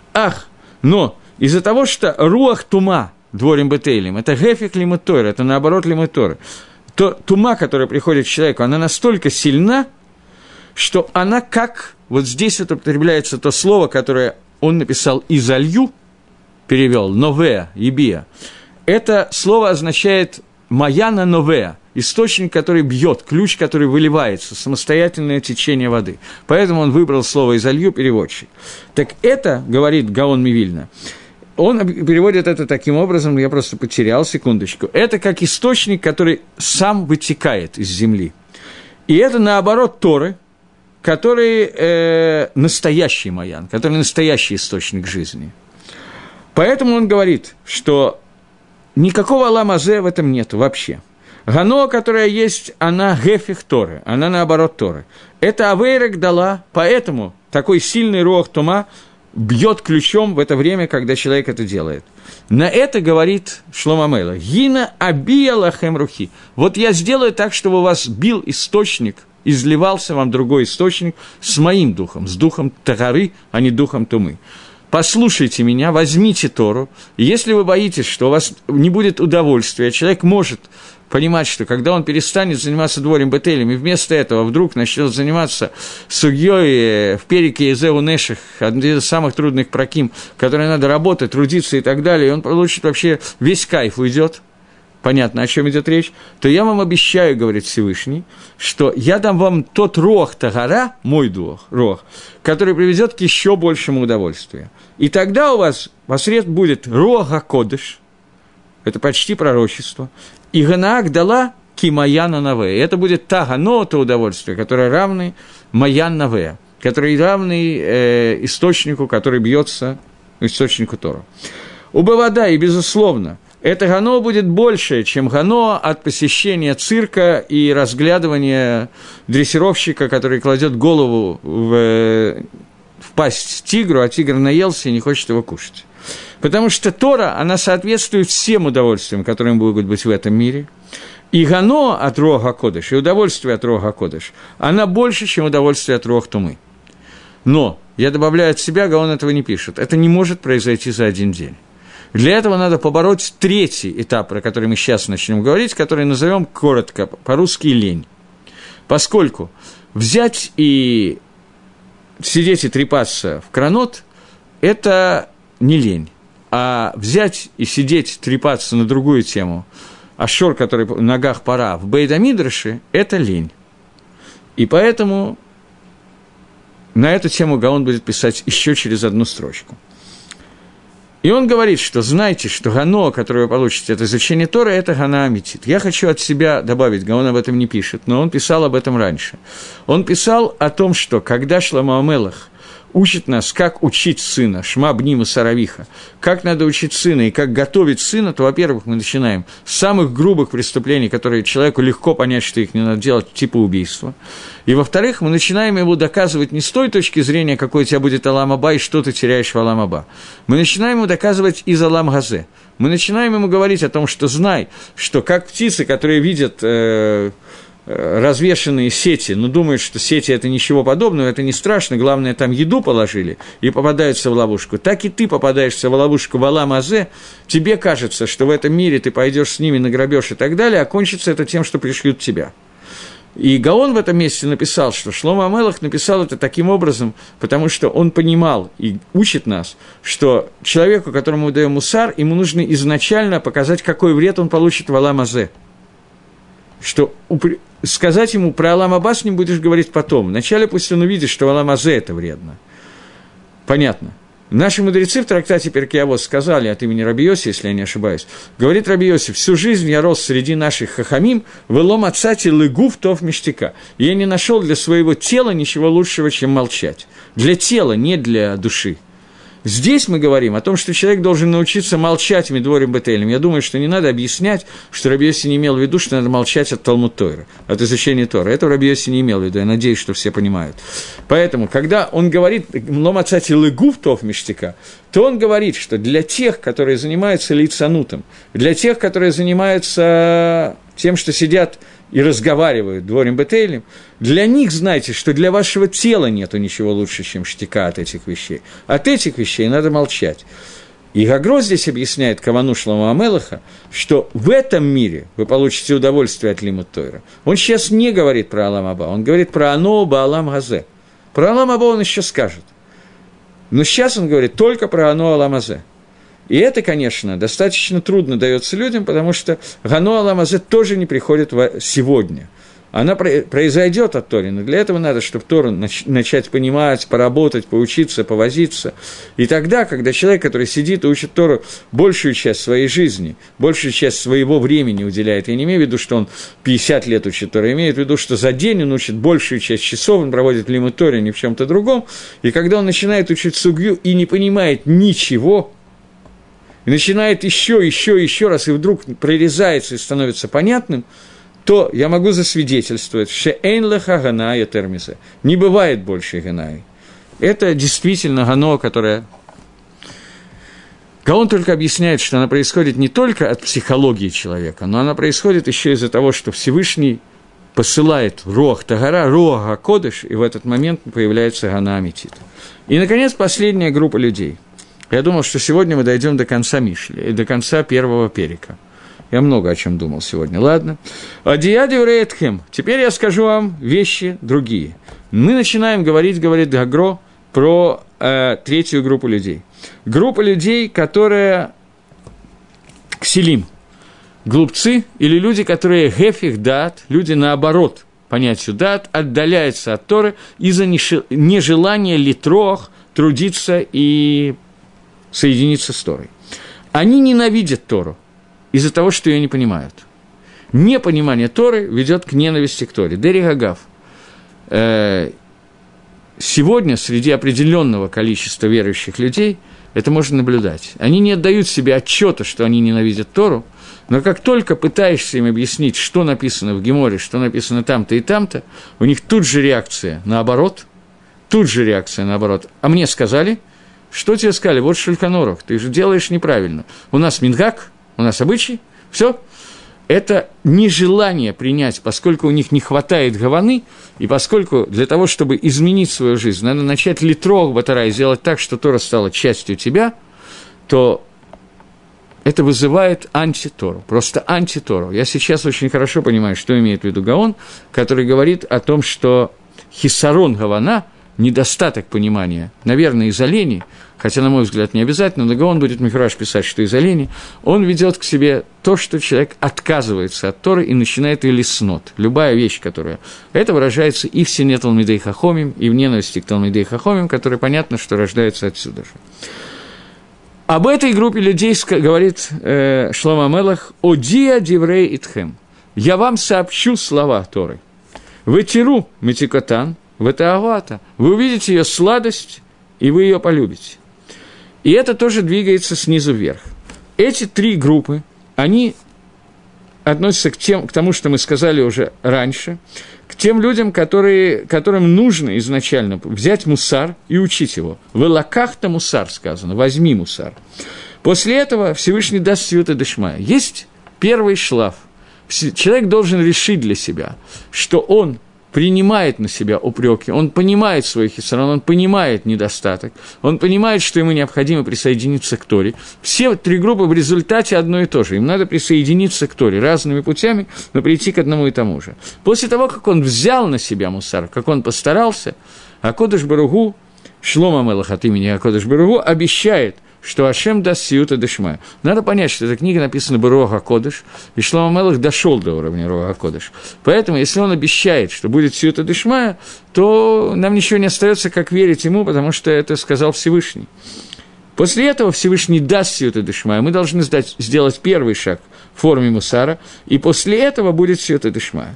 Но из-за того, что руах тума дворим бетейлем, это гефик лимит Торы, это наоборот лимит Торы, то тума, которая приходит к человеку, она настолько сильна, что она как... Вот здесь вот употребляется то слово, которое он написал «изолью», перевел «новеа», «ебия». Это слово означает «маяна новеа», источник, который бьет, ключ, который выливается, самостоятельное течение воды. Поэтому он выбрал слово «изолью», переводчик. Так это, говорит Гаон Мивильна, он переводит это таким образом, я просто потерял, секундочку, это как источник, который сам вытекает из земли. И это, наоборот, Торы, который настоящий маян, который настоящий источник жизни. Поэтому он говорит, что никакого аламазе в этом нет вообще. Гано, которая есть, она гефих Торы, она наоборот Торы. Это авейрек дала, поэтому такой сильный руах тума бьет ключом в это время, когда человек это делает. На это говорит Шломо ха-Мелех: «Гина абия лахем рухи». Вот я сделаю так, чтобы у вас бил источник, изливался вам другой источник с моим духом, с духом Тагары, а не духом Тумы. Послушайте меня, возьмите Тору, и если вы боитесь, что у вас не будет удовольствия, человек может понимать, что когда он перестанет заниматься дворим бетелем, и вместо этого вдруг начнет заниматься сугьей в перике Изеу Неших, один из самых трудных праким, которые надо работать, трудиться и так далее, и он получит вообще весь кайф, уйдет. Понятно, о чем идет речь, то я вам обещаю, говорит Всевышний, что я дам вам тот рох тагара, мой рох, который приведет к еще большему удовольствию. И тогда у вас будет рох ха-кодеш, это почти пророчество, и ганаак дала кимаяна наве. Это будет та гано, то удовольствие, которое равны маян наве, который равный источнику, который бьется, источнику Тору. Убывада, и безусловно, это гано будет больше, чем гано от посещения цирка и разглядывания дрессировщика, который кладет голову в в пасть тигру, а тигр наелся и не хочет его кушать. Потому что Тора, она соответствует всем удовольствиям, которые могут быть в этом мире. И гано от Руах ха-Кодеш, и удовольствие от Руах ха-Кодеш, она больше, чем удовольствие от Руах Тумы. Но, я добавляю от себя, Гаон этого не пишет, это не может произойти за один день. Для этого надо побороть третий этап, про который мы сейчас начнем говорить, который назовем коротко, по-русски лень. Поскольку взять и сидеть и трепаться в кранот – это не лень, а взять и сидеть, трепаться на другую тему – ашор, который в ногах пора, в Бейт-Мидраше – это лень. И поэтому на эту тему Гаон будет писать еще через одну строчку. И он говорит, что знайте, что гано, которое вы получите от изучения Торы, это гана амитит. Я хочу от себя добавить, Гаон об этом не пишет, но он писал об этом раньше. Он писал о том, что когда Шломо ха-Мелех учит нас, как учить сына, шма бнима саравиха, как надо учить сына и как готовить сына, то, во-первых, мы начинаем с самых грубых преступлений, которые человеку легко понять, что их не надо делать, типа убийства. И, во-вторых, мы начинаем ему доказывать не с той точки зрения, какой у тебя будет Алам Аба и что ты теряешь в Алам Аба. Мы начинаем ему доказывать из Алам Газе. Мы начинаем ему говорить о том, что знай, что как птицы, которые видят развешенные сети, но думают, что сети – это ничего подобного, это не страшно, главное, там еду положили и попадаются в ловушку. Так и ты попадаешься в ловушку в Алам Азе, тебе кажется, что в этом мире ты пойдешь с ними на грабеж и так далее, а кончится это тем, что пришлют тебя. И Гаон в этом месте написал, что Шломо ха-Мелех написал это таким образом, потому что он понимал и учит нас, что человеку, которому мы даем мусар, ему нужно изначально показать, какой вред он получит в Алам Азе. Что сказать ему про Алам Аба с ним будешь говорить потом. Вначале пусть он увидит, что Алам Азе это вредно. Понятно. Наши мудрецы в трактате Перкей Авот сказали от имени Раби Йоси, если я не ошибаюсь, говорит Раби Йоси: всю жизнь я рос среди наших хахамим, вело мацати лыгув тов миштика. Я не нашел для своего тела ничего лучшего, чем молчать. Для тела, не для души. Здесь мы говорим о том, что человек должен научиться молчать медворим бетелем. Я думаю, что не надо объяснять, что Раби Йоси не имел в виду, что надо молчать от Талмуд Тойры, от изучения Торы. Это Раби Йоси не имел в виду, я надеюсь, что все понимают. Поэтому, когда он говорит «ло мацати лыгув тов миштика», то он говорит, что для тех, которые занимаются лейцанутом, для тех, которые занимаются тем, что сидят и разговаривают дворим бетейлем, для них знайте, что для вашего тела нету ничего лучше, чем штика от этих вещей. От этих вещей надо молчать. И Гагро здесь объясняет кавану Шломо ха-Мелеха, что в этом мире вы получите удовольствие от лимуд Тойра. Он сейчас не говорит про Алам Аба, он говорит про Ано Баалам Газе. Про Алам Аба он еще скажет. Но сейчас он говорит только про Ано Алам Азе. И это, конечно, достаточно трудно дается людям, потому что Гано Алам Азе тоже не приходит сегодня. Она произойдет от Торы, но для этого надо, чтобы Тору начать понимать, поработать, поучиться, повозиться. И тогда, когда человек, который сидит и учит Тору, большую часть своей жизни, большую часть своего времени уделяет, я не имею в виду, что он 50 лет учит Тору, я имею в виду, что за день он учит большую часть часов, он проводит лимуд Торе, не в чем-то другом, и когда он начинает учить сугью и не понимает ничего, и начинает еще раз, и вдруг прорезается и становится понятным, то я могу засвидетельствовать, что «эйн леха ганая термизе» – не бывает больше ганаи. Это действительно гано, которое… Гаон только объясняет, что она происходит не только от психологии человека, но она происходит еще из-за того, что Всевышний посылает руах тагара, руах ха-кодеш, и в этот момент появляется гана амитит. И, наконец, последняя группа людей. Я думал, что сегодня мы дойдем до конца Мишли, и до конца первого перика. Я много о чем думал сегодня, ладно. Адияди урейтхем. Теперь я скажу вам вещи другие. Мы начинаем говорить Гагро, про третью группу людей. Группа людей, которые ксилим, глупцы, или люди, которые гефих дат, люди наоборот, понятию дат, отдаляются от Торы из-за нежелания литрох трудиться и соединиться с Торой. Они ненавидят Тору из-за того, что ее не понимают. Непонимание Торы ведет к ненависти к Торе. Дерих Агав. Сегодня среди определенного количества верующих людей это можно наблюдать. Они не отдают себе отчета, что они ненавидят Тору, но как только пытаешься им объяснить, что написано в Геморе, что написано там-то и там-то, у них тут же реакция наоборот, Тут же реакция наоборот. А мне сказали, что тебе сказали? Вот Шульхан Орух, ты же делаешь неправильно. У нас мингак, у нас обычай, все. Это нежелание принять, поскольку у них не хватает гаваны, и поскольку для того, чтобы изменить свою жизнь, надо начать литрох батара и сделать так, что Тора стала частью тебя, то это вызывает антитору, просто антитору. Я сейчас очень хорошо понимаю, что имеет в виду Гаон, который говорит о том, что хисарон гавана, недостаток понимания, наверное, из-за лени, хотя, на мой взгляд, не обязательно, но Гаон будет Мифраш писать, что из-за лени, он ведет к себе то, что человек отказывается от Торы и начинает ее лиснот. Любая вещь, которая... Это выражается и в сине Талмидей Хахомим, и в ненависти к Талмидей Хахомим, которая, понятно, что рождается отсюда же. Об этой группе людей говорит Шломо Амелах: «Одия диврей итхем». «Я вам сообщу слова Торы». «Ветиру метикотан, ветаагуата». Вы увидите ее сладость, и вы ее полюбите. И это тоже двигается снизу вверх. Эти три группы, они относятся к тому, что мы сказали уже раньше, к тем людям, которым нужно изначально взять мусар и учить его. «В лакахта мусар» сказано, «возьми мусар». После этого Всевышний даст сиюта дешмая. Есть первый шлаф. Человек должен решить для себя, что он принимает на себя упреки, он понимает свой хисарон, он понимает недостаток, он понимает, что ему необходимо присоединиться к Торе. Все три группы в результате одно и то же. Им надо присоединиться к Торе разными путями, но прийти к одному и тому же. После того, как он взял на себя мусар, как он постарался, Акодеш Барух Ху, Шломо Амелах от имени Акодеш Барух Ху, обещает, что Ашем даст сиюта дешмая. Надо понять, что эта книга написана Руах ха-Кодеш, и Шломо Амелах дошел до уровня Руах ха-Кодеш. Поэтому, если он обещает, что будет сиюта дешмая, то нам ничего не остается, как верить ему, потому что это сказал Всевышний. После этого Всевышний даст сиюта дешмая. Мы должны сделать первый шаг в форме мусара, и после этого будет сиюта дешмая.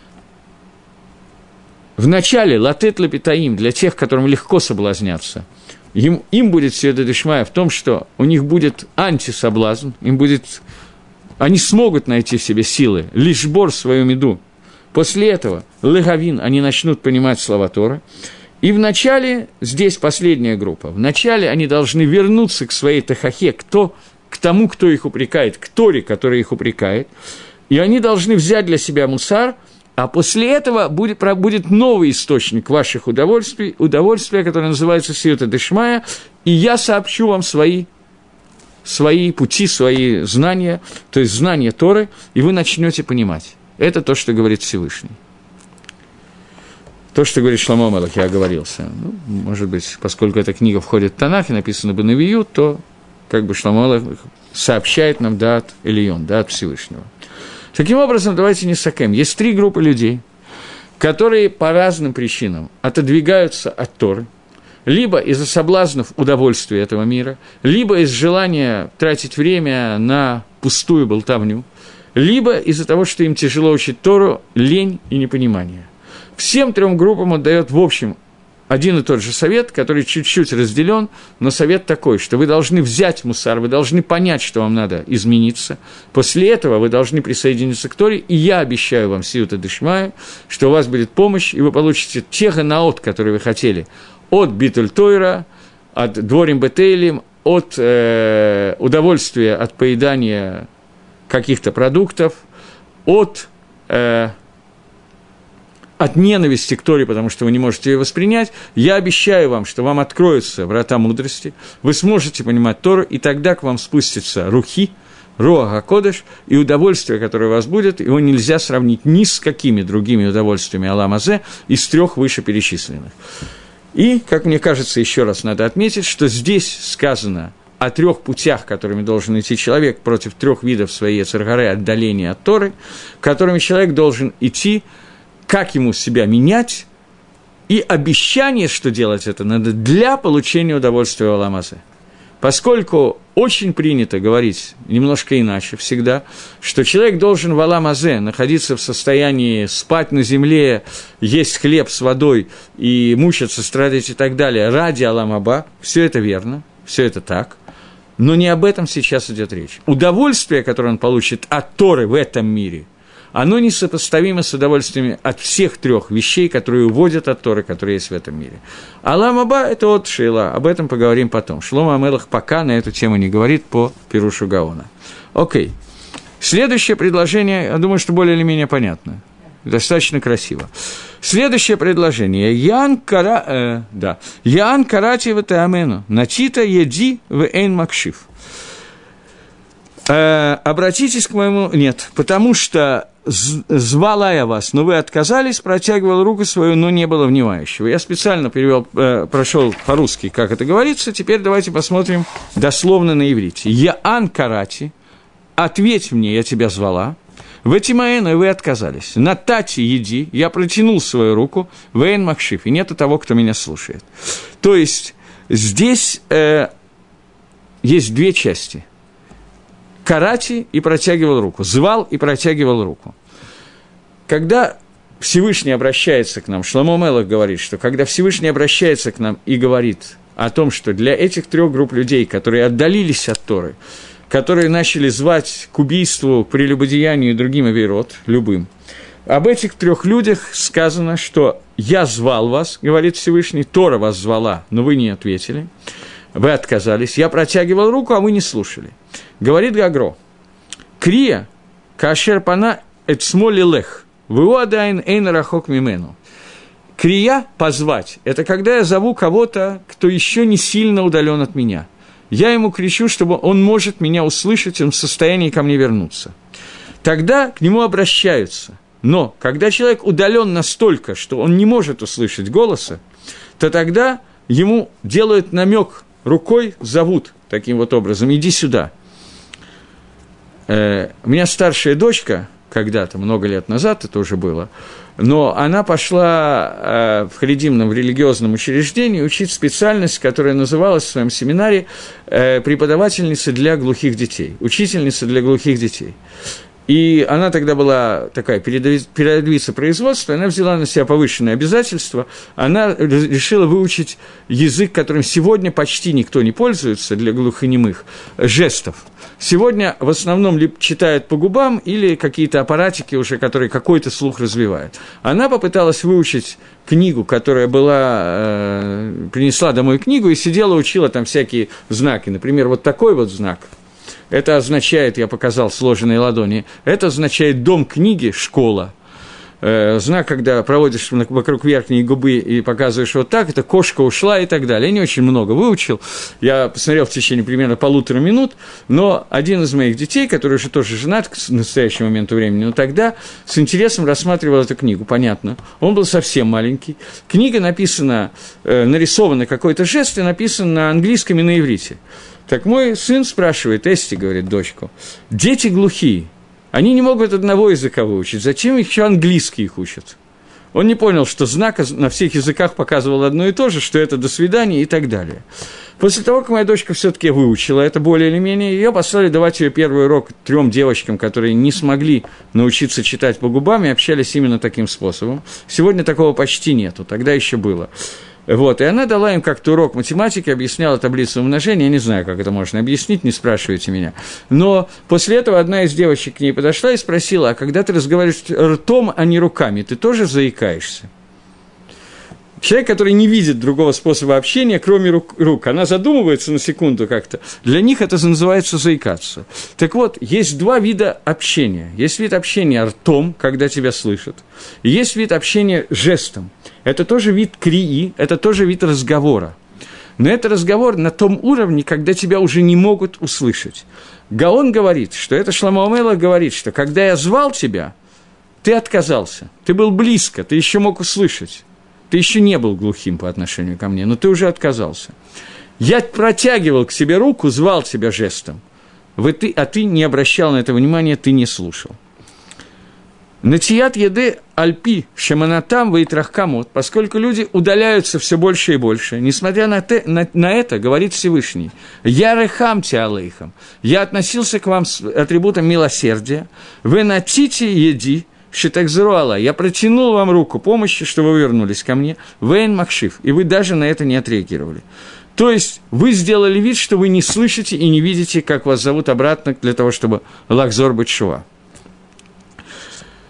В начале латет лапитаим, для тех, которым легко соблазняться, им будет сиюта дешмая в том, что у них будет антисоблазн, они смогут найти в себе силы, лишь бор свою меду. После этого легавин, они начнут понимать слова Тора. И вначале, здесь последняя группа, вначале они должны вернуться к своей тахахе, к тому, кто их упрекает, к Торе, который их упрекает, и они должны взять для себя мусар. А после этого будет новый источник ваших удовольствия, которое называется сиюта дешмая, и я сообщу вам свои пути, свои знания, то есть знания Торы, и вы начнете понимать. Это то, что говорит Всевышний. То, что говорит Шломо Амелах, я оговорился. Может быть, поскольку эта книга входит в Танах и написана Бенавию, то как бы Шломо Амелах сообщает нам дат Элион, дат Всевышнего. Таким образом, давайте не сакем. Есть три группы людей, которые по разным причинам отодвигаются от Торы, либо из-за соблазнов удовольствия этого мира, либо из желания тратить время на пустую болтовню, либо из-за того, что им тяжело учить Тору, лень и непонимание. Всем трем группам он дает, в общем, один и тот же совет, который чуть-чуть разделен, но совет такой, что вы должны взять мусар, вы должны понять, что вам надо измениться. После этого вы должны присоединиться к Торе, и я обещаю вам сиюта дешмая, что у вас будет помощь, и вы получите те ганаот, которые вы хотели, от битуль Тойра, от дворим бетейлим, от удовольствия от поедания каких-то продуктов, от ненависти к Торе, потому что вы не можете ее воспринять, я обещаю вам, что вам откроются врата мудрости, вы сможете понимать Тору, и тогда к вам спустятся рухи, руах ха-Кодеш, и удовольствие, которое у вас будет, его нельзя сравнить ни с какими другими удовольствиями Олам Азе из трех вышеперечисленных. И, как мне кажется, еще раз надо отметить, что здесь сказано о трех путях, которыми должен идти человек против трех видов своей йецер гара, отдаления от Торы, которыми человек должен идти, как ему себя менять, и обещание, что делать это надо для получения удовольствия в Олам Азе. Поскольку очень принято говорить немножко иначе всегда, что человек должен в Олам Азе находиться в состоянии спать на земле, есть хлеб с водой и мучиться, страдать и так далее ради Олам Аба, все это верно, все это так, но не об этом сейчас идет речь. Удовольствие, которое он получит от Торы в этом мире, оно несопоставимо с удовольствиями от всех трех вещей, которые уводят от Торы, которые есть в этом мире. Алам Аба – это от Шейла, об этом поговорим потом. Шломо ха-Мелех пока на эту тему не говорит по Пирушу Гаона. Окей. Следующее предложение, я думаю, что более или менее понятно. Достаточно красиво. Следующее предложение. Ян карати в теамену, начита еди в эйн макшив. Обратитесь к моему... Нет, потому что звала я вас, но вы отказались, протягивал руку свою, но не было внимающего. Я специально прошел по-русски, как это говорится. Теперь давайте посмотрим дословно на иврите. Ян карати, ответь мне, я тебя звала. В Этимаэну вы отказались. На тати еди, я протянул свою руку, в эйн макшиф, и нету того, кто меня слушает. То есть, здесь есть две части. Карати и протягивал руку, звал и протягивал руку. Когда Всевышний обращается к нам, Шломо ха-Мелех говорит, что когда Всевышний обращается к нам и говорит о том, что для этих трех групп людей, которые отдалились от Торы, которые начали звать к убийству, к прелюбодеянию и другим авейрот, любым. Об этих трех людях сказано, что «я звал вас», говорит Всевышний, Тора вас звала, но вы не ответили, вы отказались, я протягивал руку, а вы не слушали. Говорит Гагро, «Крия, кашер пана эцмоли лех, вуадайн эйн рахок мимену». Крия – позвать, это когда я зову кого-то, кто еще не сильно удален от меня. Я ему кричу, чтобы он может меня услышать, он в состоянии ко мне вернуться. Тогда к нему обращаются. Но когда человек удален настолько, что он не может услышать голоса, то тогда ему делают намек рукой, зовут таким вот образом, иди сюда. У меня старшая дочка, когда-то, много лет назад это уже было, но она пошла в харидимном, в религиозном учреждении учить специальность, которая называлась в своем семинаре «Преподавательница для глухих детей», «Учительница для глухих детей». И она тогда была такая передовица производства, она взяла на себя повышенное обязательство, она решила выучить язык, которым сегодня почти никто не пользуется для глухонемых, жестов. Сегодня в основном либо читают по губам или какие-то аппаратики уже, которые какой-то слух развивают. Она попыталась выучить книгу, которая принесла домой книгу и сидела, учила там всякие знаки. Например, вот такой вот знак. Это означает, я показал сложенные ладони, это означает дом книги, школа. Знак, когда проводишь вокруг верхней губы и показываешь вот так, это кошка ушла и так далее. Я не очень много выучил, я посмотрел в течение примерно 1,5 минут, но один из моих детей, который уже тоже женат к настоящему моменту времени, но тогда с интересом рассматривал эту книгу, понятно. Он был совсем маленький. Книга написана, нарисована какой-то жест и написана на английском и на иврите. Так мой сын спрашивает, Эсти, говорит, дочку, дети глухие, они не могут одного языка выучить, зачем еще английский их учат? Он не понял, что знак на всех языках показывал одно и то же, что это «до свидания» и так далее. После того, как моя дочка все-таки выучила это более или менее, ее послали давать ее первый урок 3 девочкам, которые не смогли научиться читать по губам и общались именно таким способом. Сегодня такого почти нету, тогда еще было. Вот, и она дала им как-то урок математики, объясняла таблицу умножения, я не знаю, как это можно объяснить, не спрашивайте меня. Но после этого одна из девочек к ней подошла и спросила, а когда ты разговариваешь ртом, а не руками, ты тоже заикаешься? Человек, который не видит другого способа общения, кроме рук, она задумывается на секунду как-то. Для них это называется заикаться. Так вот, есть 2 вида общения. Есть вид общения ртом, когда тебя слышат, и есть вид общения жестом. Это тоже вид крии, это тоже вид разговора. Но это разговор на том уровне, когда тебя уже не могут услышать. Гаон говорит, что это Шломо ха-Мелех говорит, что когда я звал тебя, ты отказался, ты был близко, ты еще мог услышать. Ты еще не был глухим по отношению ко мне, но ты уже отказался. Я протягивал к себе руку, звал тебя жестом, а ты не обращал на это внимания, ты не слушал. Натият еды альпи шаманатам вейтрахкамот, поскольку люди удаляются все больше и больше, несмотря на это, говорит Всевышний, я рехамти алейхам, я относился к вам с атрибутом милосердия, вы натите еди, Шитакзеруала, я протянул вам руку помощи, чтобы вы вернулись ко мне, вейн макшив, и вы даже на это не отреагировали. То есть вы сделали вид, что вы не слышите и не видите, как вас зовут обратно для того, чтобы лахзор быть шува.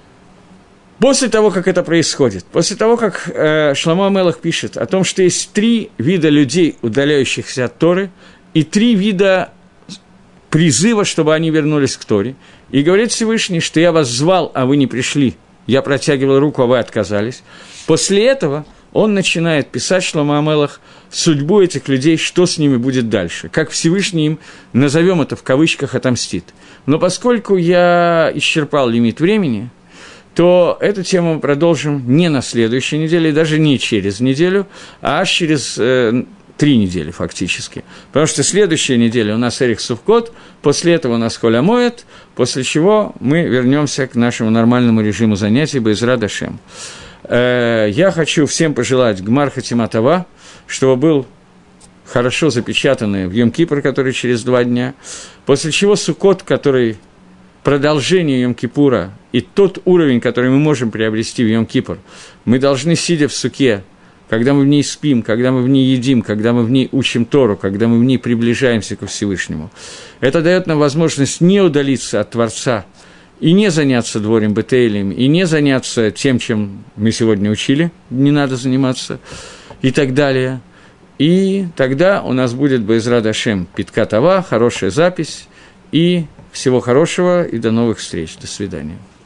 После того, как это происходит, после того, как Шломо а-Мелех пишет о том, что есть 3 вида людей, удаляющихся от Торы, и 3 вида призыва, чтобы они вернулись к Торе, и говорит Всевышний, что я вас звал, а вы не пришли, я протягивал руку, а вы отказались. После этого он начинает писать, Шломо а-Мелех, судьбу этих людей, что с ними будет дальше, как Всевышний им, назовем это в кавычках, отомстит. Но поскольку я исчерпал лимит времени, то эту тему мы продолжим не на следующей неделе, даже не через неделю, а аж через 3 недели фактически. Потому что следующая неделя у нас Эрих Суккот, после этого у нас Холь ха-Моэд, после чего мы вернемся к нашему нормальному режиму занятий Бе'эзрат Ашем. Я хочу всем пожелать Гмар Хатима Това, чтобы был хорошо запечатанный в Йом-Кипр, который через 2 дня, после чего Суккот, который продолжение Йом-Кипура и тот уровень, который мы можем приобрести в Йом-Кипр, мы должны, сидя в суке, когда мы в ней спим, когда мы в ней едим, когда мы в ней учим Тору, когда мы в ней приближаемся ко Всевышнему, это дает нам возможность не удалиться от Творца и не заняться дворем Бетейлем, и не заняться тем, чем мы сегодня учили, не надо заниматься, и так далее. И тогда у нас будет Бе'эзрат Ашем Питка Това, хорошая запись, и всего хорошего, и до новых встреч. До свидания.